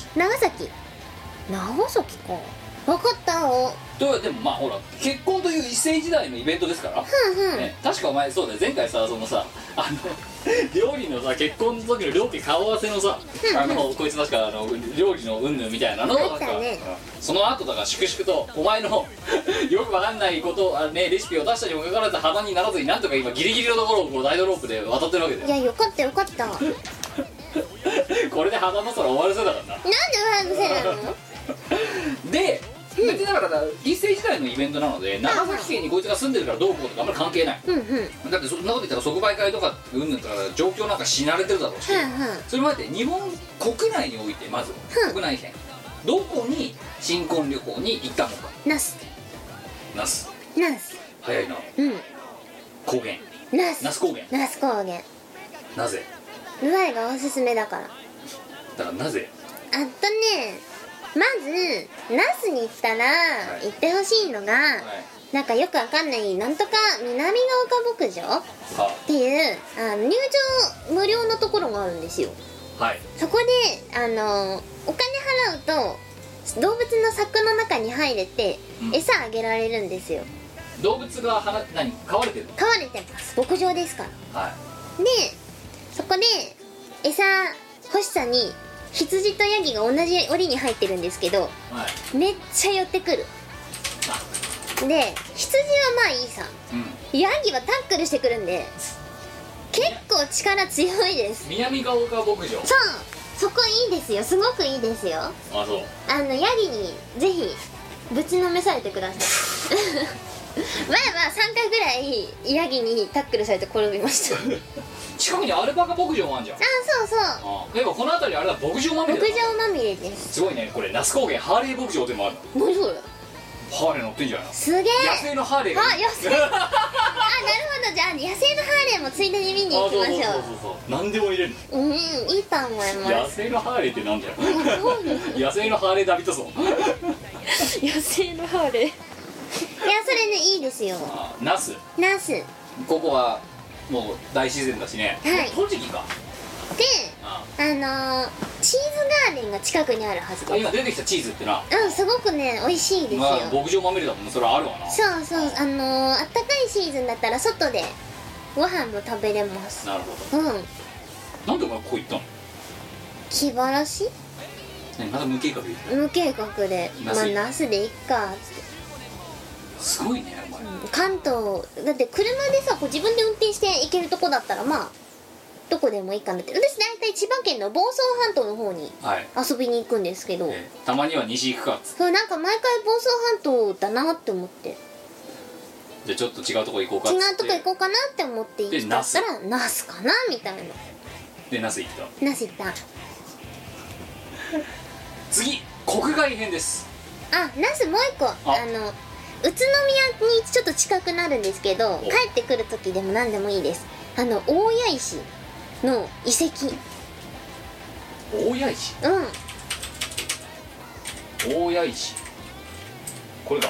か。分かったよ。 でもまあほら結婚という一世時代のイベントですから、確かお前そうだよ、前回さそのさ料理のさ結婚の時の料理顔合わせのさこいつ確か料理の云々みたいなのをなんか、その後だから粛々とお前のよくわかんないことレシピを出したにもかかわらず幅にならずになんとか今ギリギリのところをこうダイドロープで渡ってるわけだよ。 いやよかったよかった。 これで肌の空終わるせいだからな。 なんで終わるせいなの。 で別にだから一世時代のイベントなので、長崎県にこいつが住んでるからどうこうとかあんまり関係ない、 うんうんだってそんなこと言ったら即売会とかうんぬんとか状況なんか死なれてるだろうし、それまで日本国内においてまず、国内編どこに新婚旅行に行ったのか。 那須早いな。 うん高原那那須高原。 那須高原なぜ我がおすすめだから。 だからなぜあとね、まず那須に行ったら行ってほしいのが、なんかよくわかんないなんとか南ヶ丘牧場っていう入場無料のところがあるんですよ。 はいそこでお金払うと動物の柵の中に入れて餌あげられるんですよ。 動物が飼われてるの。 飼われてます。牧場ですから。 はいでそこで餌欲しさに羊とヤギが同じ檻に入ってるんですけど、 はい、 めっちゃ寄ってくる。で羊はまあいいさ、ヤギはタックルしてくるんで結構力強いです。 南ヶ丘牧場。 そこいいですよ。すごくいいですよ。 あ、そう。 ヤギにぜひぶちのめされてください。前は3回ぐらいヤギにタックルされて転びました。 近くにアルパカ牧場もあるじゃん。 そうそう例えばこの辺りあれだ、牧場まみれだ。 牧場まみれです。 すごいね。これ那須高原ハーレー牧場でもある。 何それ。 ハーレー乗ってんじゃないの。 すげえ。 野生のハーレーが。 野生。なるほど。じゃあ野生のハーレーもついでに見に行きましょう。 そう何でも入れるの。 いいと思います。 野生のハーレーってなんだよ。野生のハーレーダビッドソン。 野生のハーレー。いやそれねいいですよ。 那須。ここはもう大自然だしね。はい。栃木か。 で、チーズガーデンが近くにあるはずです。 今出てきたチーズってな。 すごくね美味しいですよ。 牧場まみれだもんね。それはあるわな。 そうあったかいシーズンだったら外でご飯も食べれます。 なるほど。なんでお前ここ行ったの。 気晴らし。 まだ無計画で行った。 無計画で那須でいっかっつって。 すごいねお前。 関東だって車でさこう自分で運転して行けるとこだったらまあどこでもいいかなって。私大体千葉県の房総半島の方に遊びに行くんですけど、 たまには西行くかっつって。 そうなんか毎回房総半島だなって思って、 じゃあちょっと違うとこ行こうかっつって。 違うとこ行こうかなって思って行ったら那須かなみたいな。 で那須行った。 那須行った。 次国外編です。 那須もう一個宇都宮にちょっと近くなるんですけど、帰ってくる時でも何でもいいです。大谷石の遺跡。 大谷石。大谷石。これか。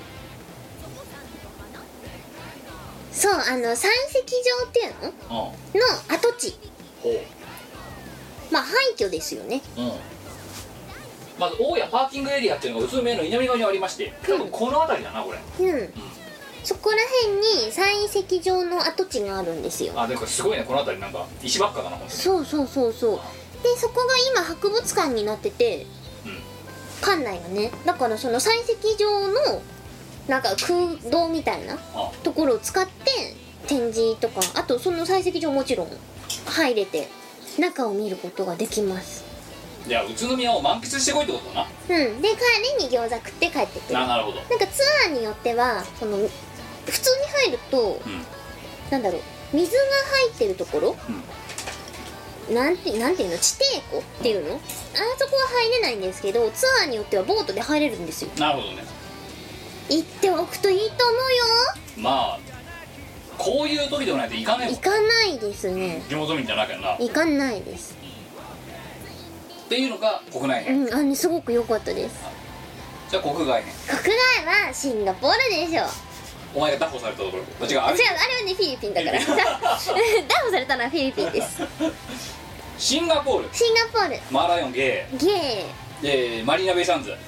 そう採石場っていうのの跡地。まあ廃墟ですよね。まず大谷パーキングエリアっていうのが宇都宮の南側にありまして、多分この辺りだなこれ。そこら辺に採石場の跡地があるんですよ。 でもすごいねこの辺りなんか石ばっかだな。 そうでそこが今博物館になってて、館内がねだからその採石場のなんか空洞みたいなところを使って展示とか、あとその採石場もちろん入れて中を見ることができます。 じゃあ宇都宮を満喫してこいってことだな。 で帰りに餃子食って帰ってくる。 なるほど。 なんかツアーによっては普通に入ると、なんだろう水が入ってるところ、なんていうの地底湖っていうの、あそこは入れないんですけどツアーによってはボートで入れるんですよ。 なるほどね。 行っておくといいと思うよ。 まあこういう時でもないと行かないもん。 行かないですね。 地元民じゃなきゃな。 行かないです。 っていうのが国内編。 すごく良かったです。 じゃあ国外編。 国外はシンガポールでしょ。 お前が拿捕されたところ。違うあれはねフィリピンだから。拿捕されたのはフィリピンです。 シンガポール。マーライオンゲー。マリーナベイサンズ。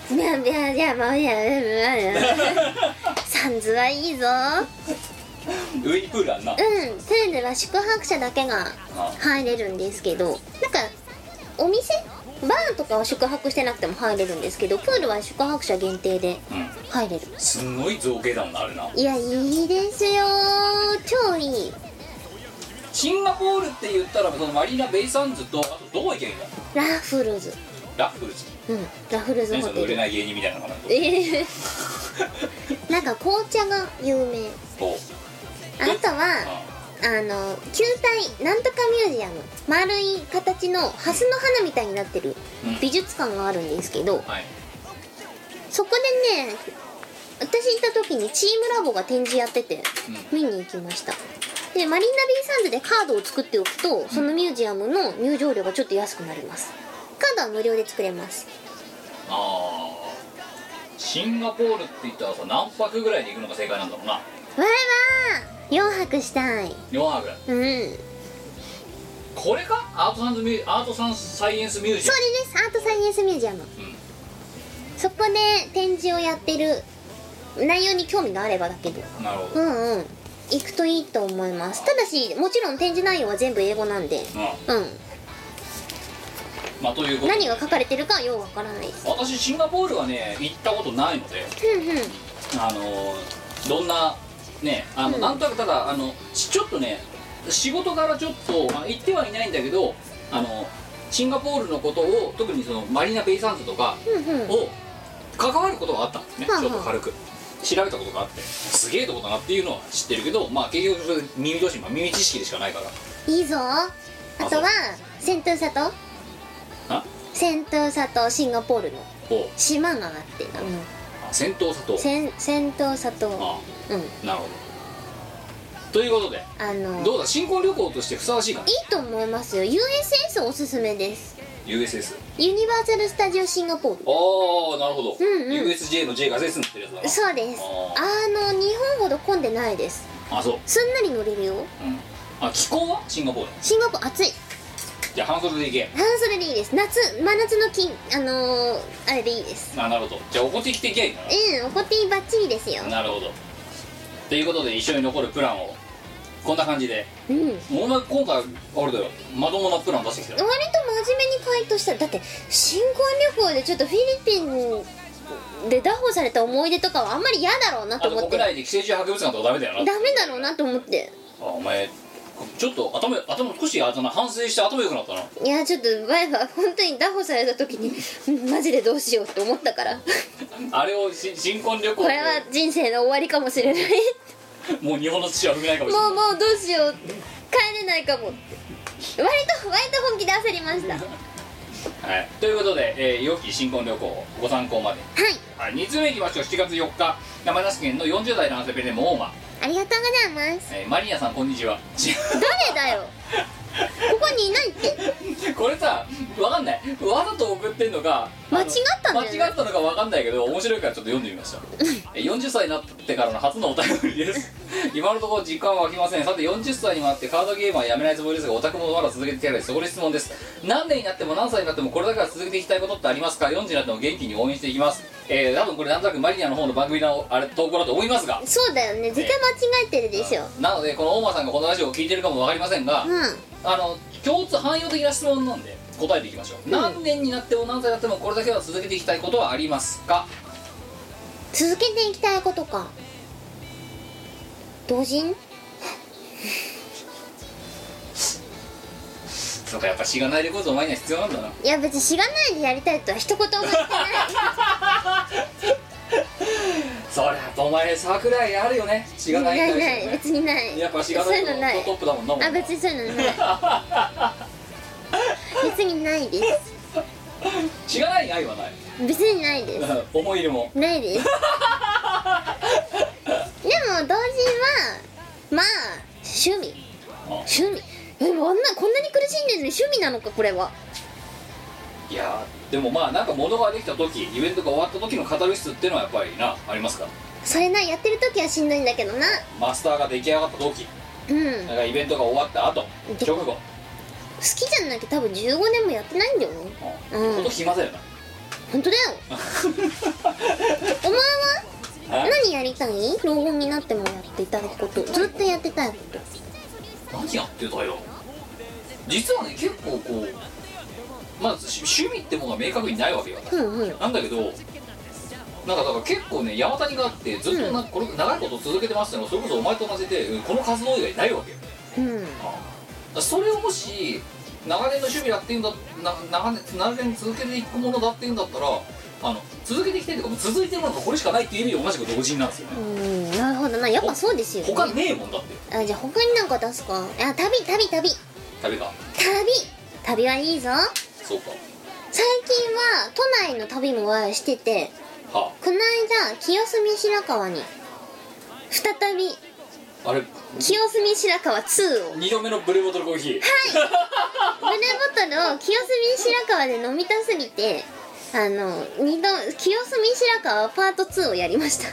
サンズはいいぞ。 上にプールあんな。 プールは宿泊者だけが入れるんですけど、なんかお店バーとかは宿泊してなくても入れるんですけど、プールは宿泊者限定で入れる。 すんごい造形だもんなあれな。 いやいいですよ、超いい。 シンガポールって言ったらそのマリーナベイサンズとあとどこ行けばいいんだ。 ラフルズ。 ラッフルズ、 ラフルズ何その売れホテル。 ない芸人みたいなのかなと。 なんか紅茶が有名。 こあとは球体なんとかミュージアム、丸い形のハスの花みたいになってる美術館があるんですけど、 はい、 そこでね、私行った時にチームラボが展示やってて見に行きました。でマリーナベイサンズでカードを作っておくと、そのミュージアムの入場料がちょっと安くなります。カードは無料で作れます。 シンガポールって言ったらさ、何泊ぐらいで行くのが正解なんだろうな。 わーわー4泊したい。 4泊。これかアートサイエンスミュージアム。 それです、アートサイエンスミュージアム、そこで展示をやってる内容に興味があればだけど、 なるほど。 行くといいと思います。ただしもちろん展示内容は全部英語なんで、 まあということで、 何が書かれてるかはようわからないです。 私シンガポールはね行ったことないので、どんなね、なんとなく、ただちょっとね、仕事柄ちょっと行ってはいないんだけど、シンガポールのことを、特にそのマリーナベイサンズとかを関わることがあったんですね。ちょっと軽く調べたことがあって、すげえとこだなっていうのは知ってるけど、まあ結局それ耳知識でしかないから。 いいぞ。あとはセントゥーサトシンガポールの島があって、 セントーサ島。 セントーサ島。 なるほど。ということで、どうだ、新婚旅行としてふさわしいかな。 いいと思いますよ。 USS おすすめです。 USS ユニバーサル・スタジオ・シンガポール。 なるほど、USJ の J が S になってるやつだな。 そうです。日本ほど混んでないです。 そうすんなり乗れるよ。 気候はシンガポール暑い。 じゃあ半袖で行け。 半袖でいいです。真夏のあれでいいです。 なるほど。じゃあおこてきていきゃいいかな。 おこてバッチリですよ。 なるほど。ということで、一緒に残るプランをこんな感じで、今回あれだよ、まともなプラン出してきたよ。 割と真面目に回答した。だって新婚旅行でちょっとフィリピンで拿捕された思い出とかはあんまり嫌だろうなと思って。 国内で寄生虫博物館とかダメだよな。 ダメだろうなと思って。 お前ちょっと頭少し反省して頭良くなったな。 いや、ちょっと前は本当に拿捕された時にマジでどうしようって思ったからあれを新婚旅行これは人生の終わりかもしれないもう日本の土は踏めないかもしれない。 もうどうしようって、帰れないかもって、割と本気で焦りましたはい、ということで、良き新婚旅行ご参考まで。はい、2通目いきましょう。7月4日、山梨県の40代男性ペンネームオーマ。 ありがとうございます。 マリアさんこんにちは。 誰だよここにいないって。 これさ、わかんない、わざと送ってんのか間違ったんだよね。 間違ったのかわかんないけど、面白いからちょっと読んでみました40歳になってからの初のお便りです今のところ実感は湧きません。さて40歳にもなってカードゲームはやめないつもりですが、オタクもまだ続けていきたいので、そこで質問です。何年になっても何歳になってもこれだけは続けていきたいことってありますか。40になっても元気に応援していきます。多分これなんとなくマリアの方の番組の投稿だと思いますが、 そうだよね、絶対間違えてるでしょ。 なのでこの大間さんがこのラジオを聞いてるかもわかりませんが、共通汎用的な質問なんで答えていきましょう。何年になっても何歳になってもこれだけは続けていきたいことはありますか。 続けていきたいことか。同人そうか、やっぱしがないレコードお前には必要なんだな。 いや、別にしがないでやりたいとは一言も言ってないそりゃお前桜井あるよね、しがないない、別にない。 やっぱしがないのトップだもんな。 あ、別にそういうのない別にないです。 しがない愛はない。 別にないです思い入れもないですでも同人はまあ趣味。こんなに苦しんでるのに趣味なのか、これは。 いやでもまあなんか物ができた時、イベントが終わった時のカタルシスっていうのはやっぱりありますから。 それな、やってる時はしんどいんだけどな。 マスターが出来上がった時、なんかイベントが終わった後、直後。好きじゃなきゃ多分15年もやってないんだよね。 ほんと暇だよな。 本当だよお前は何やりたい？老後になってもやっていただくこと、ずっとやってたいこと。 何やってたよ。実はね、結構こうまず趣味ってものが明確にないわけよ、なんだけど、なんかだから結構ね、山谷があってずっとこれ長いこと続けてますってのは、それこそお前と同じでこの活動以外ないわけよ、それをもし長年の趣味だっていうんだ、長年続けていくものだっていうんだったら、続けてきてるとかも続いてるものがこれしかないっていう意味で同じく同人なんですよね。 なるほどな、やっぱそうですよね。 他ねえもんだって。 じゃあ他になんか出すか。旅か旅はいいぞ。 そうか。 最近は都内の旅もしてて、 はこの間清澄白河に再びあれ清澄白河2を 2度目のブルーボトルコーヒー。 ブルーボトルを清澄白河で飲みたすぎて、清澄白河パート2をやりました。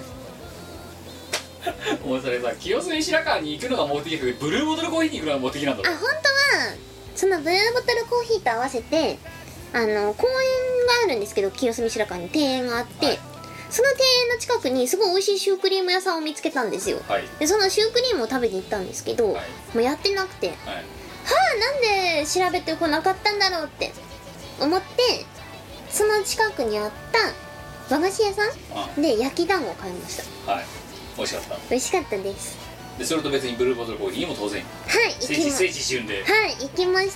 もうそれさ、清澄白河に行くのが目的でブルーボトルコーヒーに行くのが目的なんだろ。 本当はそのブルーボトルコーヒーと合わせて公園があるんですけど、清澄白河に庭園があって、はい、その庭園の近くにすごい美味しいシュークリーム屋さんを見つけたんですよ、はい、でそのシュークリームを食べに行ったんですけど、はい、もうやってなくて、はい、なんで調べてこなかったんだろうって思って、その近くにあった和菓子屋さんで焼き団子を買いました。はい、 美味しかった。 美味しかったです。 でそれと別にブルーボトルコーヒーにも当然聖地巡礼行きました。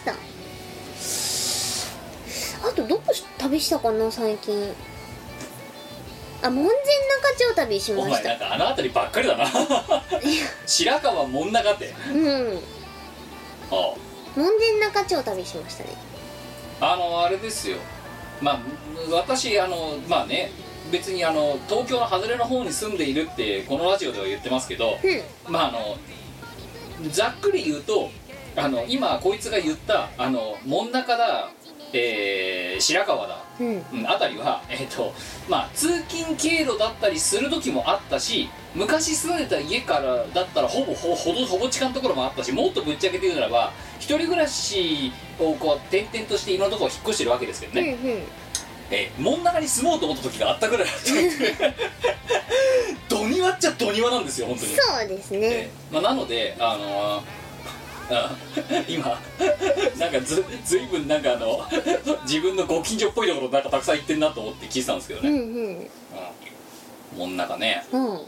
あとどこ旅したかな最近。門前仲町旅しました。 お前なんかあの辺りばっかりだな。白川門中って。 門前仲町旅しましたね。 あれですよ。私まあね、別に東京の外れの方に住んでいるってこのラジオでは言ってますけど、ざっくり言うと今こいつが言った門中だ、白川だ、あたりは通勤経路だったりする時もあったし、昔住んでた家からだったらほぼ近のところもあったし、もっとぶっちゃけて言うならば一人暮らしをこう転々としていろんなところを引っ越してるわけですけどね、門中に住もうと思った時があったぐらいあったのでど庭っちゃど庭なんですよ本当に。 そうですね、 なので今なんかずいぶんなんか自分のご近所っぽいところなんかたくさん行ってんなと思って聞いてたんですけどね。門中ね、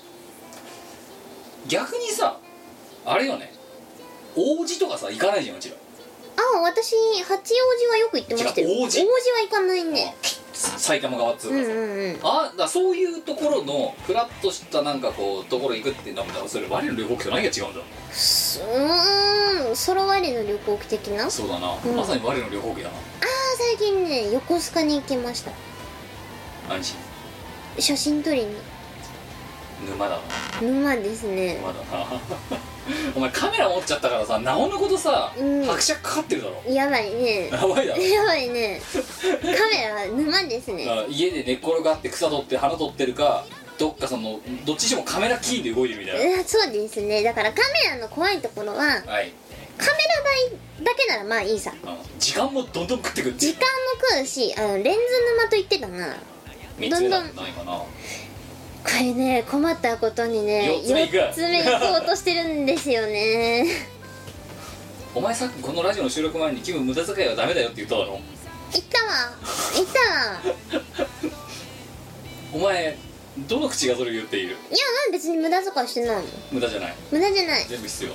逆にさあれよね、王子とかさ行かないじゃんうちら。 私八王子はよく行ってましたよ。王子は行かないね。 埼玉側っつうかさ、そういうところのフラッとしたなんかこうところ行くってなんだろう、それ我の旅行記と何が違うんだ。 ソロ我の旅行記的な。 そうだな、まさに我の旅行記だな。 最近ね横須賀に行きました。 何し写真撮りに。 沼だな。 沼ですね。 沼だな。お前カメラ持っちゃったからさ、なおのことさ、拍車かかってるだろ。 やばいね。 やばいだろ。 やばいね。カメラは沼ですね。 家で寝っ転がって草取って花取ってるか、どっかどっちにしてもカメラキーンで動いてるみたいな。 そうですね。だからカメラの怖いところは、カメラ代だけならまあいいさ。 時間もどんどん食ってくる。 時間も食うし、レンズ沼と言ってたな。 3つ目なんないかな。 これね、困ったことにね4つ目行こうとしてるんですよね。 お前さっきこのラジオの収録前に気分無駄遣いはダメだよって言っただろ。 言ったわお前どの口がそれ言っている。 いや、別に無駄遣いしてないもん。 無駄じゃない。全部必要。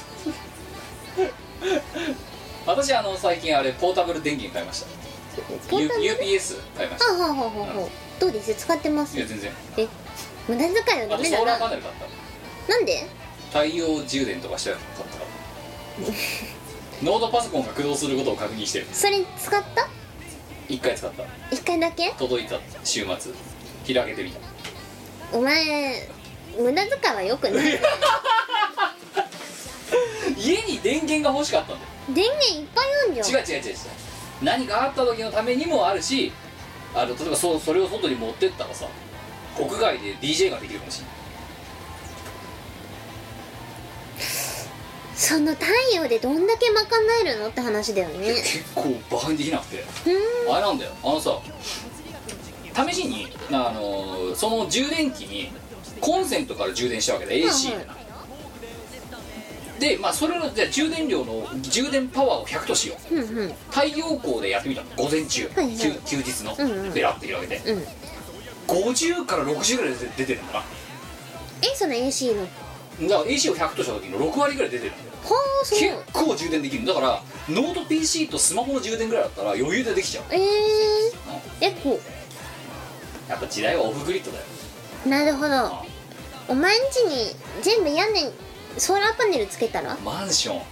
私最近ポータブル電源買いました。UPS 買いました。どうです？使ってます？いや全然。無駄遣いはダメだな。ソーラーパネル買った。なんで？太陽充電とかして買ったからノートパソコンが駆動することを確認してる。 それ使った？ 1回使った。 1回だけ？ 届いた週末開けてみた。 お前無駄遣いはよくない。 家に電源が欲しかったんだよ。 電源いっぱいあるじゃん。 違う何かあった時のためにもあるし、例えばそれを外に持ってったらさ、屋外で DJ ができるかもしれない。 その太陽でどんだけ賄えるのって話だよね。 結構バカにできなくて、あれなんだよ、試しにその充電器にコンセントから充電したわけで AC で、それのじゃあ充電パワーを100としよう、太陽光でやってみたの。午前中、休日のベラっていうわけで、50から60ぐらい出てるんだな。 その AC のだから AC を100とした時の6割ぐらい出てるんだよ。 はあ、そう。 結構充電できるんだから、ノート PC とスマホの充電ぐらいだったら余裕でできちゃう。 こやっぱ時代はオフグリッドだよ。 う。なるほど。お前ん家に全部屋根ソーラーパネルつけたら？ マンション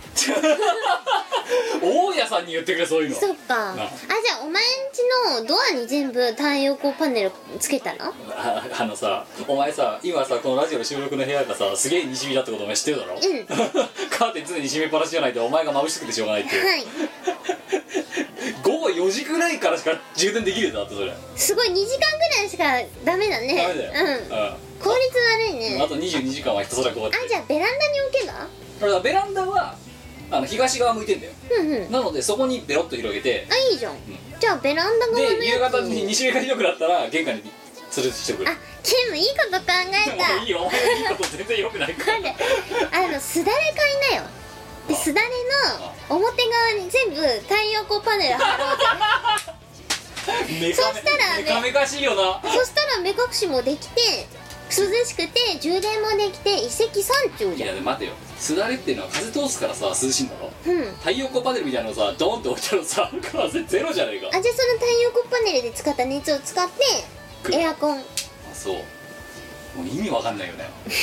大家さんに言ってくれ、そういうの。 そっか。じゃあお前ん家のドアに全部太陽光パネルつけたら？ あのさ、お前さ、今さこのラジオの収録の部屋がさ、すげえ西日だってことお前知ってるだろ。カーテン常に閉めっぱなしじゃないとお前が眩しくてしょうがないっていう。 はい。 午後4時くらいからしか充電できるよ、だってそれ。 すごい2時間ぐらいしかダメだね。 ダメだよ。 効率悪いね。 あと22時間はひたすらこうやって。 じゃあベランダに置けば？ だからベランダは東側向いてんだよ。なのでそこにベロッと広げて、 いいじゃん。じゃあベランダ側のやつで夕方に西日がひどくなったら玄関に吊るしてくれる。 ケムいいこと考えた。 いいよ、お前のいいこと全然よくないから。 すだれ買いなよ。ですだれの表側に全部太陽光パネル貼ろうぜ。そしたらね、 メカメカしいよな。 そしたら目隠しもできて涼しくて充電もできて一石三鳥じゃん。 いや待てよ、すだれっていうのは風通すからさ涼しいんだろ。太陽光パネルみたいなのさドーンって置いたらさ風ゼロじゃねえか。 じゃあその太陽光パネルで使った熱を使ってエアコン。 そう、もう意味わかんないよね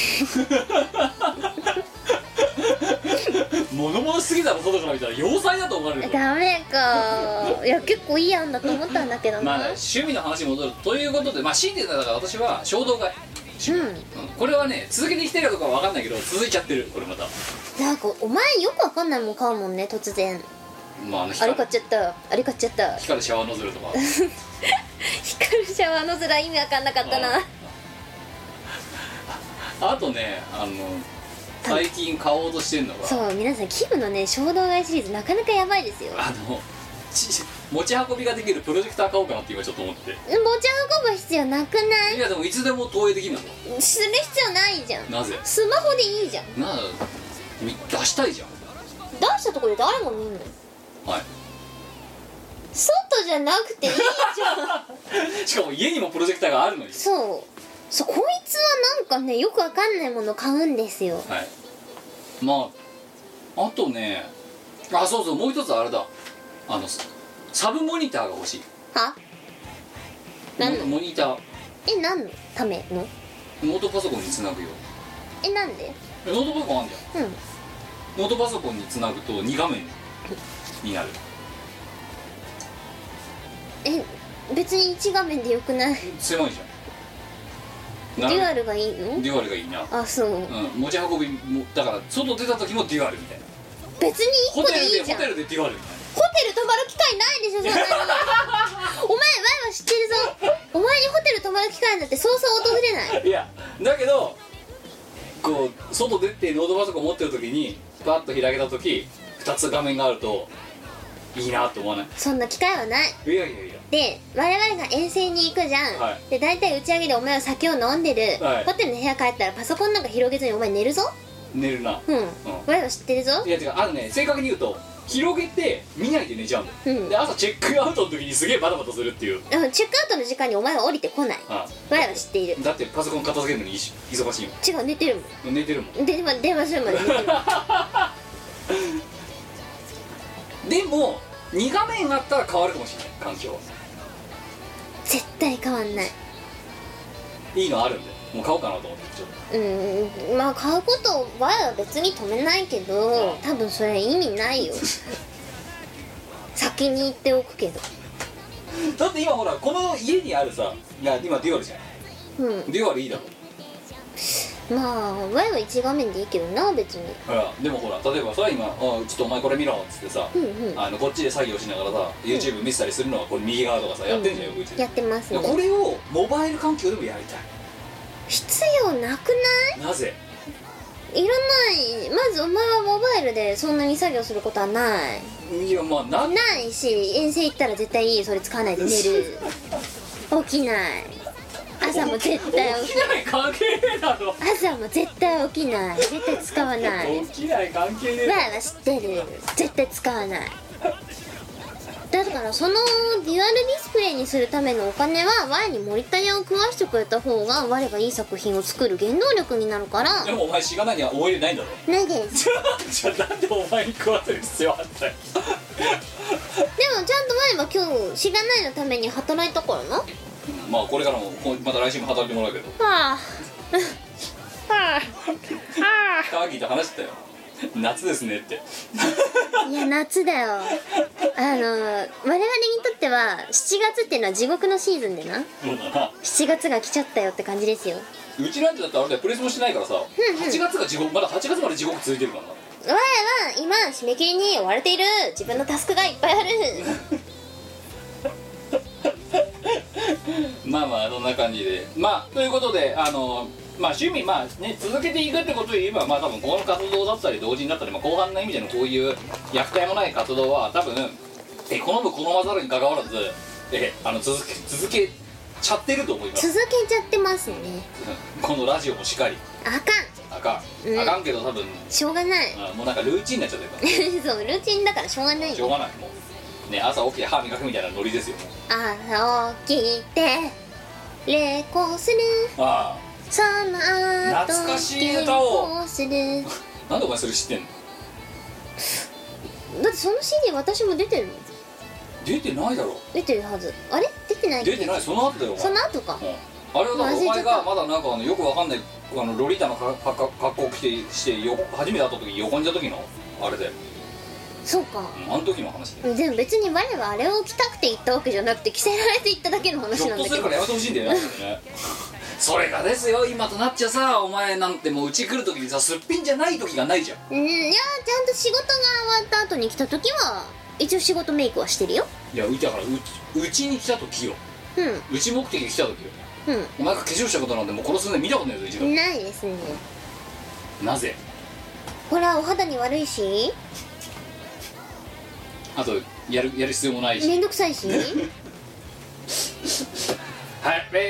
物々しすぎたら外から見たら要塞だと思われる。 ダメか。いや結構いい案だと思ったんだけどな。 趣味の話に戻るということで、強いて言うなら私は衝動買い。これはね続けてきてるかどうかは分かんないけど続いちゃってる。これまたなんかお前よく分かんないもん買うもんね、突然。あれ買っちゃった、あれ買っちゃった。 光るシャワーノズルとか光るシャワーノズルは意味分かんなかったな。 あとね、最近買おうとしてるのが、 そう、皆さんキムのね衝動買いシリーズなかなかやばいですよ。 持ち運びができるプロジェクター買おうかなって今ちょっと思って。 持ち運ぶ必要なくない？ いやでもいつでも投影できるんだろ。する必要ないじゃん。 なぜ？ スマホでいいじゃん。 出したいじゃん。 出したところで誰が見んの？ はい。 外じゃなくていいじゃんしかも家にもプロジェクターがあるのに。 そうこいつはなんかねよくわかんないもの買うんですよ。 はい。あとね、そうもう一つあれだ、サブモニターが欲しい。 は？何のモニター？ 何のための？ ノートパソコンにつなぐよ。 なんで？ ノートパソコンあんじゃん。ノートパソコンにつなぐと2画面になる。 別に1画面でよくない？ 狭いじゃん。 デュアルがいいの？ デュアルがいいな。 そう。 持ち運びもだから外出た時もデュアルみたいな。 別に1個でいいじゃん。 ホテルでデュアルみたいな。 ホテル泊まる機会ないでしょそんなに。お前前は知ってるぞ。お前にホテル泊まる機会なんてそうそう訪れない。 いやだけどこう外出てノートパソコン持ってる時にパッと開けた時2つ画面があるといいなと思わない？ そんな機会はない。 いやで我々が遠征に行くじゃん、で大体打ち上げでお前は酒を飲んでる、ホテルの部屋帰ったらパソコンなんか広げずにお前寝るぞ。 寝るな。 我は知ってるぞ。 いや違う、正確に言うと広げて見ないで寝ちゃうんだよ、で朝チェックアウトの時にすげえバタバタするっていう。 チェックアウトの時間にお前は降りてこない。我は知っている。 だってパソコン片付けるのに忙しいもん。 違う、寝てるもん。 寝てるもん。 電話するまで寝てるでも2画面あったら変わるかもしれない。環境絶対変わんない。 いいのあるんでもう買おうかなと思ってちょっと。 買うことは別に止めないけど、多分それ意味ないよ先に言っておくけど。 だって今ほらこの家にあるさ、今デュアルじゃん。デュアルいいだろ。 我は1画面でいいけどな別に。 でもほら例えばさ今ちょっとお前これ見ろっつってさ、こっちで作業しながらさ YouTube 見せたりするのはこれ右側とかさやってんじゃんよく。 やってますね。 これをモバイル環境でもやりたい。 必要なくない？ なぜ？ いらない。まずお前はモバイルでそんなに作業することはない。 いやないし、遠征行ったら絶対いいそれ使わないで寝る起きない。朝も絶対起きない。 関係ねえだろ。 朝も絶対起きない。絶対使わない。 起きない関係ねえ。 わは知ってる。絶対使わない。だかからそのデュアルディスプレイにするためのお金は我にモリタリアを食わしてくれた方が我がいい作品を作る原動力になるからでもお前しがないには覚えれないんだろないですじゃあなんでお前に食わせる必要あったよでもちゃんと我は今日しがないのために働いたからな。 まあこれからもまた来週も働いてもらうけどはあはあカーギーと話したよ夏ですねっていや夏だよ。我々にとっては7月っていうのは地獄のシーズンでな。 そうだな。 7月が来ちゃったよって感じですよ。 うちなんてだってあれだよプレスもしてないからさ8月が地獄まだ8月まで地獄続いてるからな。 我は今締め切りに追われている。自分のタスクがいっぱいあるまあまあそんな感じでまあということでまあ趣味まあね続けていくってことで言えばまあ多分この活動だったり同人だったり、まあ、後半の意味でのこういう虐待もない活動は多分好む好まざるに関わらず続けちゃってると思います。 続けちゃってますね。 このラジオもしっかりあかんあかん、あかんけど多分しょうがないもうなんかルーチンになっちゃってるからそうルーチンだからしょうがないしょうがないもうね朝起きて歯磨くみたいなノリですよもう朝起きてレコするあその後懐かしい歌をゲームするあなんでお前それ知ってんの。 だってその CD 私も出てるの。 出てないだろ。 出てるはず。あれ出てないっけ。 出てないその後だよお前その後か。 あれはだからお前がまだなんかよくわかんないロリータの格好着てして初めて会った時に横にいた時のあれでそうか、 あの時の話ででも別に我はあれを着たくて行ったわけじゃなくて着せられて行っただけの話ひょっとなんだけどするからやめてほしいんだよねそれがですよ今となっちゃさお前なんてもううち来る時にさすっぴんじゃない時がないじゃん。 いやちゃんと仕事が終わった後に来た時は一応仕事メイクはしてるよ。 いやだからうちに来た時ようち目的で来た時よお前が化粧したことなんてもうこの数年見たことないぞ一度。 ないですね。 なぜ。 ほらお肌に悪いしあとやる必要もないしめんどくさいしはい、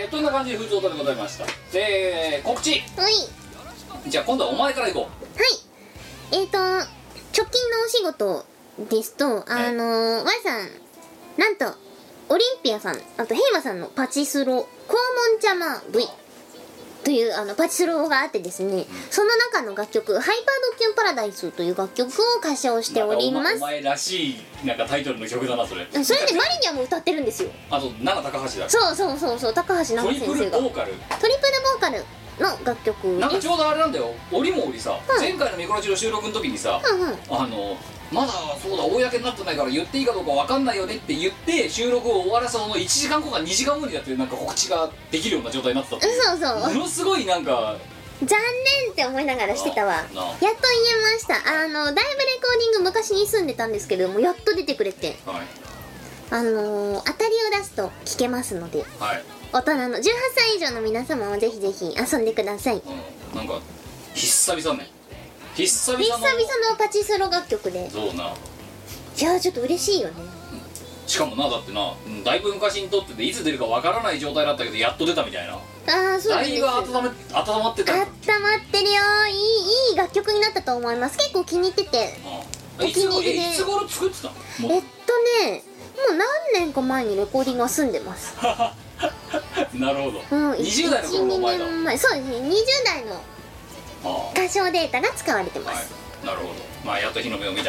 そんな感じでふつおたでございました。告知はいじゃあ今度はお前からいこう。 直近のお仕事ですとY さんなんとオリンピアさんあと平和さんのパチスロ黄門ちゃま V というパチスロがあってですね、その中の楽曲「ハイパードキュンパラダイス」という楽曲を歌唱しております。 お前らしいなんかタイトルの曲だなそれ。 それでマリニャも歌ってるんですよ。 あと奈良高橋だ。 そう高橋奈々先生がトリプルボーカルの楽曲です。 なんかちょうどあれなんだよ折も折さ、前回のミコラジの収録の時にさ、まだそうだ公になってないから言っていいかどうか分かんないよねって言って収録を終わらせたの1時間後か2時間後にやってなんか告知ができるような状態になってたっていうそうものすごいなんか残念って思いながらしてたわ。やっと言えました。だいぶレコーディング昔に住んでたんですけれどもやっと出てくれて、 はい当たりを出すと聞けますので、 はい、 大人の18歳以上の皆様もぜひぜひ遊んでください。 なんか久々ね久々のパチスロ楽曲でそうな。 いやちょっと嬉しいよね。 しかもなだってなだいぶ昔にとってていつ出るかわからない状態だったけどやっと出たみたいな。 そうなんですよ。 だいぶ温まってた。 温まってるよ。いい楽曲になったと思います。結構気に入ってて、 いつ頃作ってたの。 もう何年か前にレコーディングは済んでますなるほど、20代の頃のお前だ。 そうですね20代の歌唱データが使われてます、 なるほど。まあやっと日の目を見た。 いや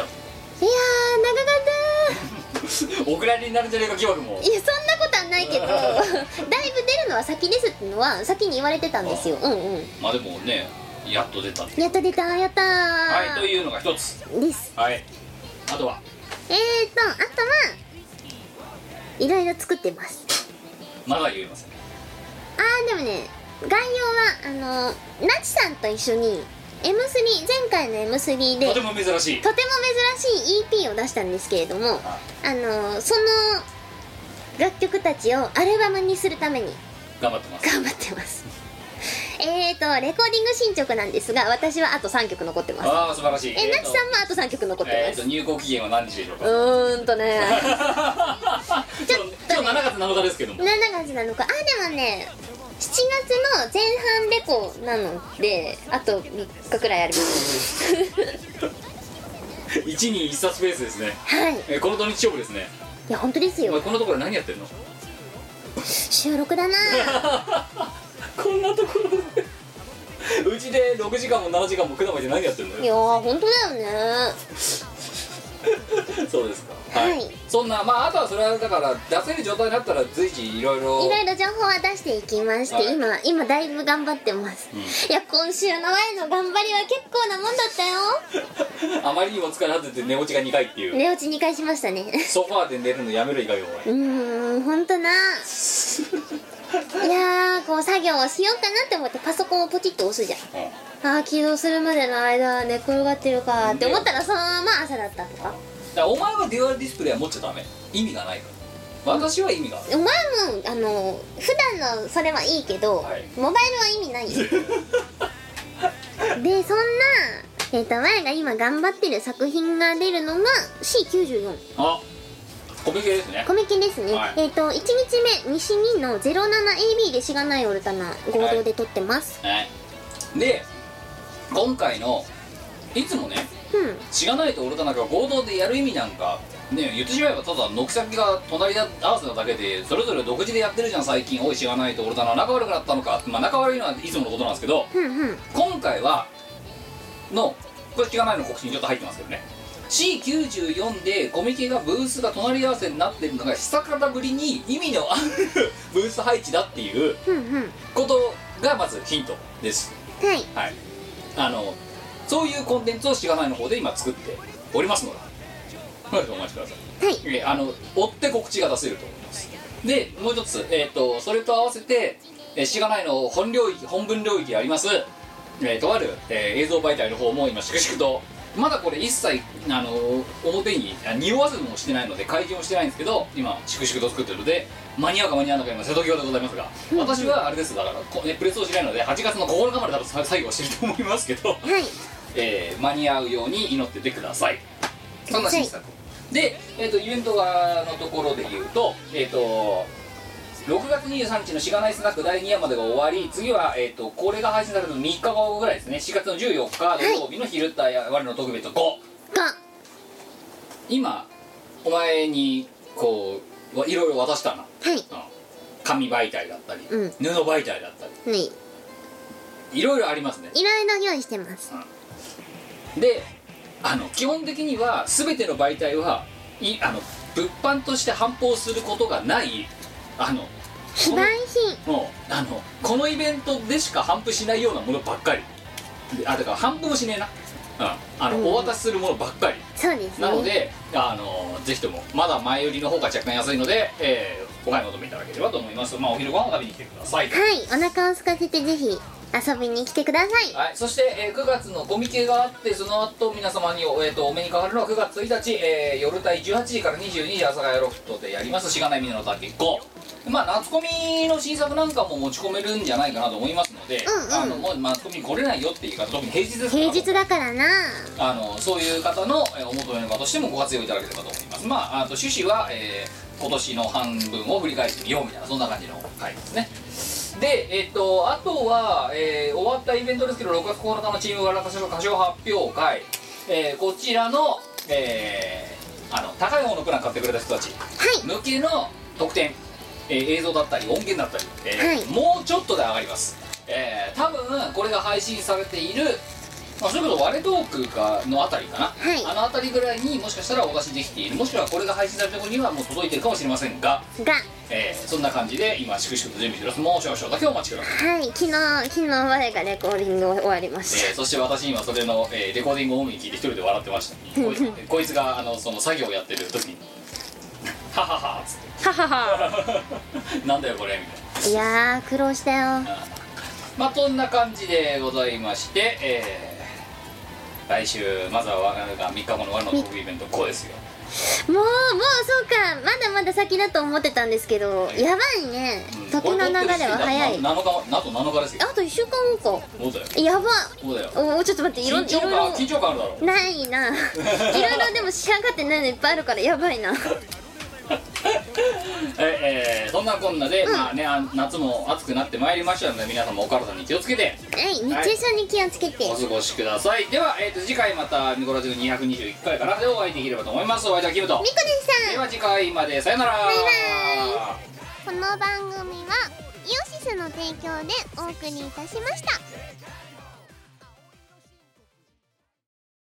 ー長かったお蔵入りになるんじゃねえか疑惑も。 いやそんなことはないけどだいぶ出るのは先ですっていうのは先に言われてたんですよ。 まあでもねやっと出たやっと出たやったーはいというのが一つです。 はいあとはあとはいろいろ作ってます。 まだ言えます。 でもね概要はなちさんと一緒に M3 前回の M3 でとても珍しい珍しい EP を出したんですけれどもその楽曲たちをアルバムにするために頑張ってますレコーディング進捗なんですが私はあと3曲残ってます。 素晴らしい。 なちさんもあと3曲残ってます。 入校期限は何日でしょうか。 ね今日7月7日ですけども 7月7日でもね7月の前半レポなのであと3日くらいあります 1人1冊ペースですね。 はいこの土日勝負ですね。 いや本当ですよ。 お前こんなところで何やってんの？ 収録だなこんなところでうちで6時間も7時間もくだまで何やってんのよ。 いやー本当だよねそうですか。 はい、 そんなまああとはそれはだから出せる状態になったら随時いろいろ情報は出していきまして、 はい、 今だいぶ頑張ってます、いや今週のワイの頑張りは結構なもんだったよあまりにも疲れ果てて寝落ちが2回っていう。 寝落ち2回しましたねソファーで寝るのやめろいかよお前。 ほんとないやーこう作業をしようかなって思ってパソコンをポチッと押すじゃん、あー起動するまでの間寝転がってるかって思ったらそのまま朝だったとか。 だからお前はデュアルディスプレイは持っちゃダメ、意味がないから。私は意味がある。 お前も普段のそれはいいけど、 はい、 モバイルは意味ないでそんな我が今頑張ってる作品が出るのが C94。 あ、コミケですね。 コミケですね、 はい、 1日目西2の 07AB でしがないオルタナ合同で撮ってます、 はいはい、で今回のいつもね、しがないとオルタナが合同でやる意味なんかね、言ってしまえばただ軒先が隣り合わせなだけでそれぞれ独自でやってるじゃん最近。おいしがないとオルタナ仲悪くなったのか、まあ仲悪いのはいつものことなんですけど、今回はこれしがないの告知にちょっと入ってますけどね、 C94 でコミケがブースが隣り合わせになってるのが久方ぶりに意味のあるブース配置だっていうことがまずヒントです。 はい、 はい、そういうコンテンツをしがないの方で今作っておりますので、お待ちください。はい、追って告知が出せると思います。でもう一つ、それと合わせてしがないの本文領域であります、とある、映像媒体の方も今粛々とまだこれ一切表に匂わせもしてないので開示もしてないんですけど、今粛々と作ってるので間に合うか間に合わないか今瀬戸際でございますが、私はあれですだからプレスをしないので8月の9日まで多分作業してると思いますけど、間に合うように祈っててください。そんな新作で、イベント側のところで言うと、6月23日のしがないスナック第2夜までが終わり、次は、これが配信されるの3日後ぐらいですね、4月の14日土曜日の昼タや我の特別5が今お前にこういろいろ渡したな、紙媒体だったり、布媒体だったり、いろいろありますね。 いろいろ用意してます、 で基本的には全ての媒体は物販として販売することがない非売品このイベントでしか販布しないようなものばっかりだから販布もしねえな、お渡しするものばっかり。 そうですね。 なのでぜひともまだ前売りの方が若干安いので、お買い求めいただければと思います。まあお昼ご飯を食べに来てください。 はい、お腹を空かせてぜひ遊びに来てください。 はい、そして、9月のコミケがあって、その後皆様にお目にかかるのは9月1日、夜帯18時から22時阿佐ヶ谷ロフトでやりますしがないみんなの滝5。まあ夏コミの新作なんかも持ち込めるんじゃないかなと思いますので、もう夏コミに来れないよっていう方、特に平日ですから、 平日だからな、 そういう方の、お求めの場としてもご活用いただければと思います。まあ趣旨は、今年の半分を振り返ってみようみたいなそんな感じの回ですね。で、あとは、終わったイベントですけど、6月9日のチーム柄歌唱発表会、こちらの、高い方のプラン買ってくれた人たち向けの特典、映像だったり音源だったり、もうちょっとで上がります。多分これが配信されている、それこそワレトークのあたりかな、あのあたりぐらいにもしかしたらお出しできている、もしくはこれが配信されたところにはもう届いてるかもしれませんが、そんな感じで今粛々と準備してます。もう少々だけお待ちください。 はい、昨日我がレコーディング終わりました。 そして私今それの、レコーディングを音に聞いて一人で笑ってました。こいつがその作業をやってる時にはははっつってはははなんだよこれみたいな。 いやー苦労したよ。 まあこんな感じでございまして、来週まずは我々が3日後の我のトークイベント5ですよ。 もうそうか、まだまだ先だと思ってたんですけど、やばいね、時の流れは早い。 あと7日ですよ。 あと1週間後か。 そうだよ。 やば。 そうだよ。 ちょっと待って、いろいろ緊張感あるだろ。 ないな。いろいろでも仕上がってないのいっぱいあるからやばいな。 そそんなこんなで、まあね、夏も暑くなってまいりましたので、皆さんもお体に気をつけて、 はい、熱中症に気をつけて、 お過ごしください。では、次回またミコラジオ221回からでお会いできればと思います。お相手はキムとみこでした。 では次回までさよなら。 バイバイ。 この番組はイオシスの提供でお送りいたしました。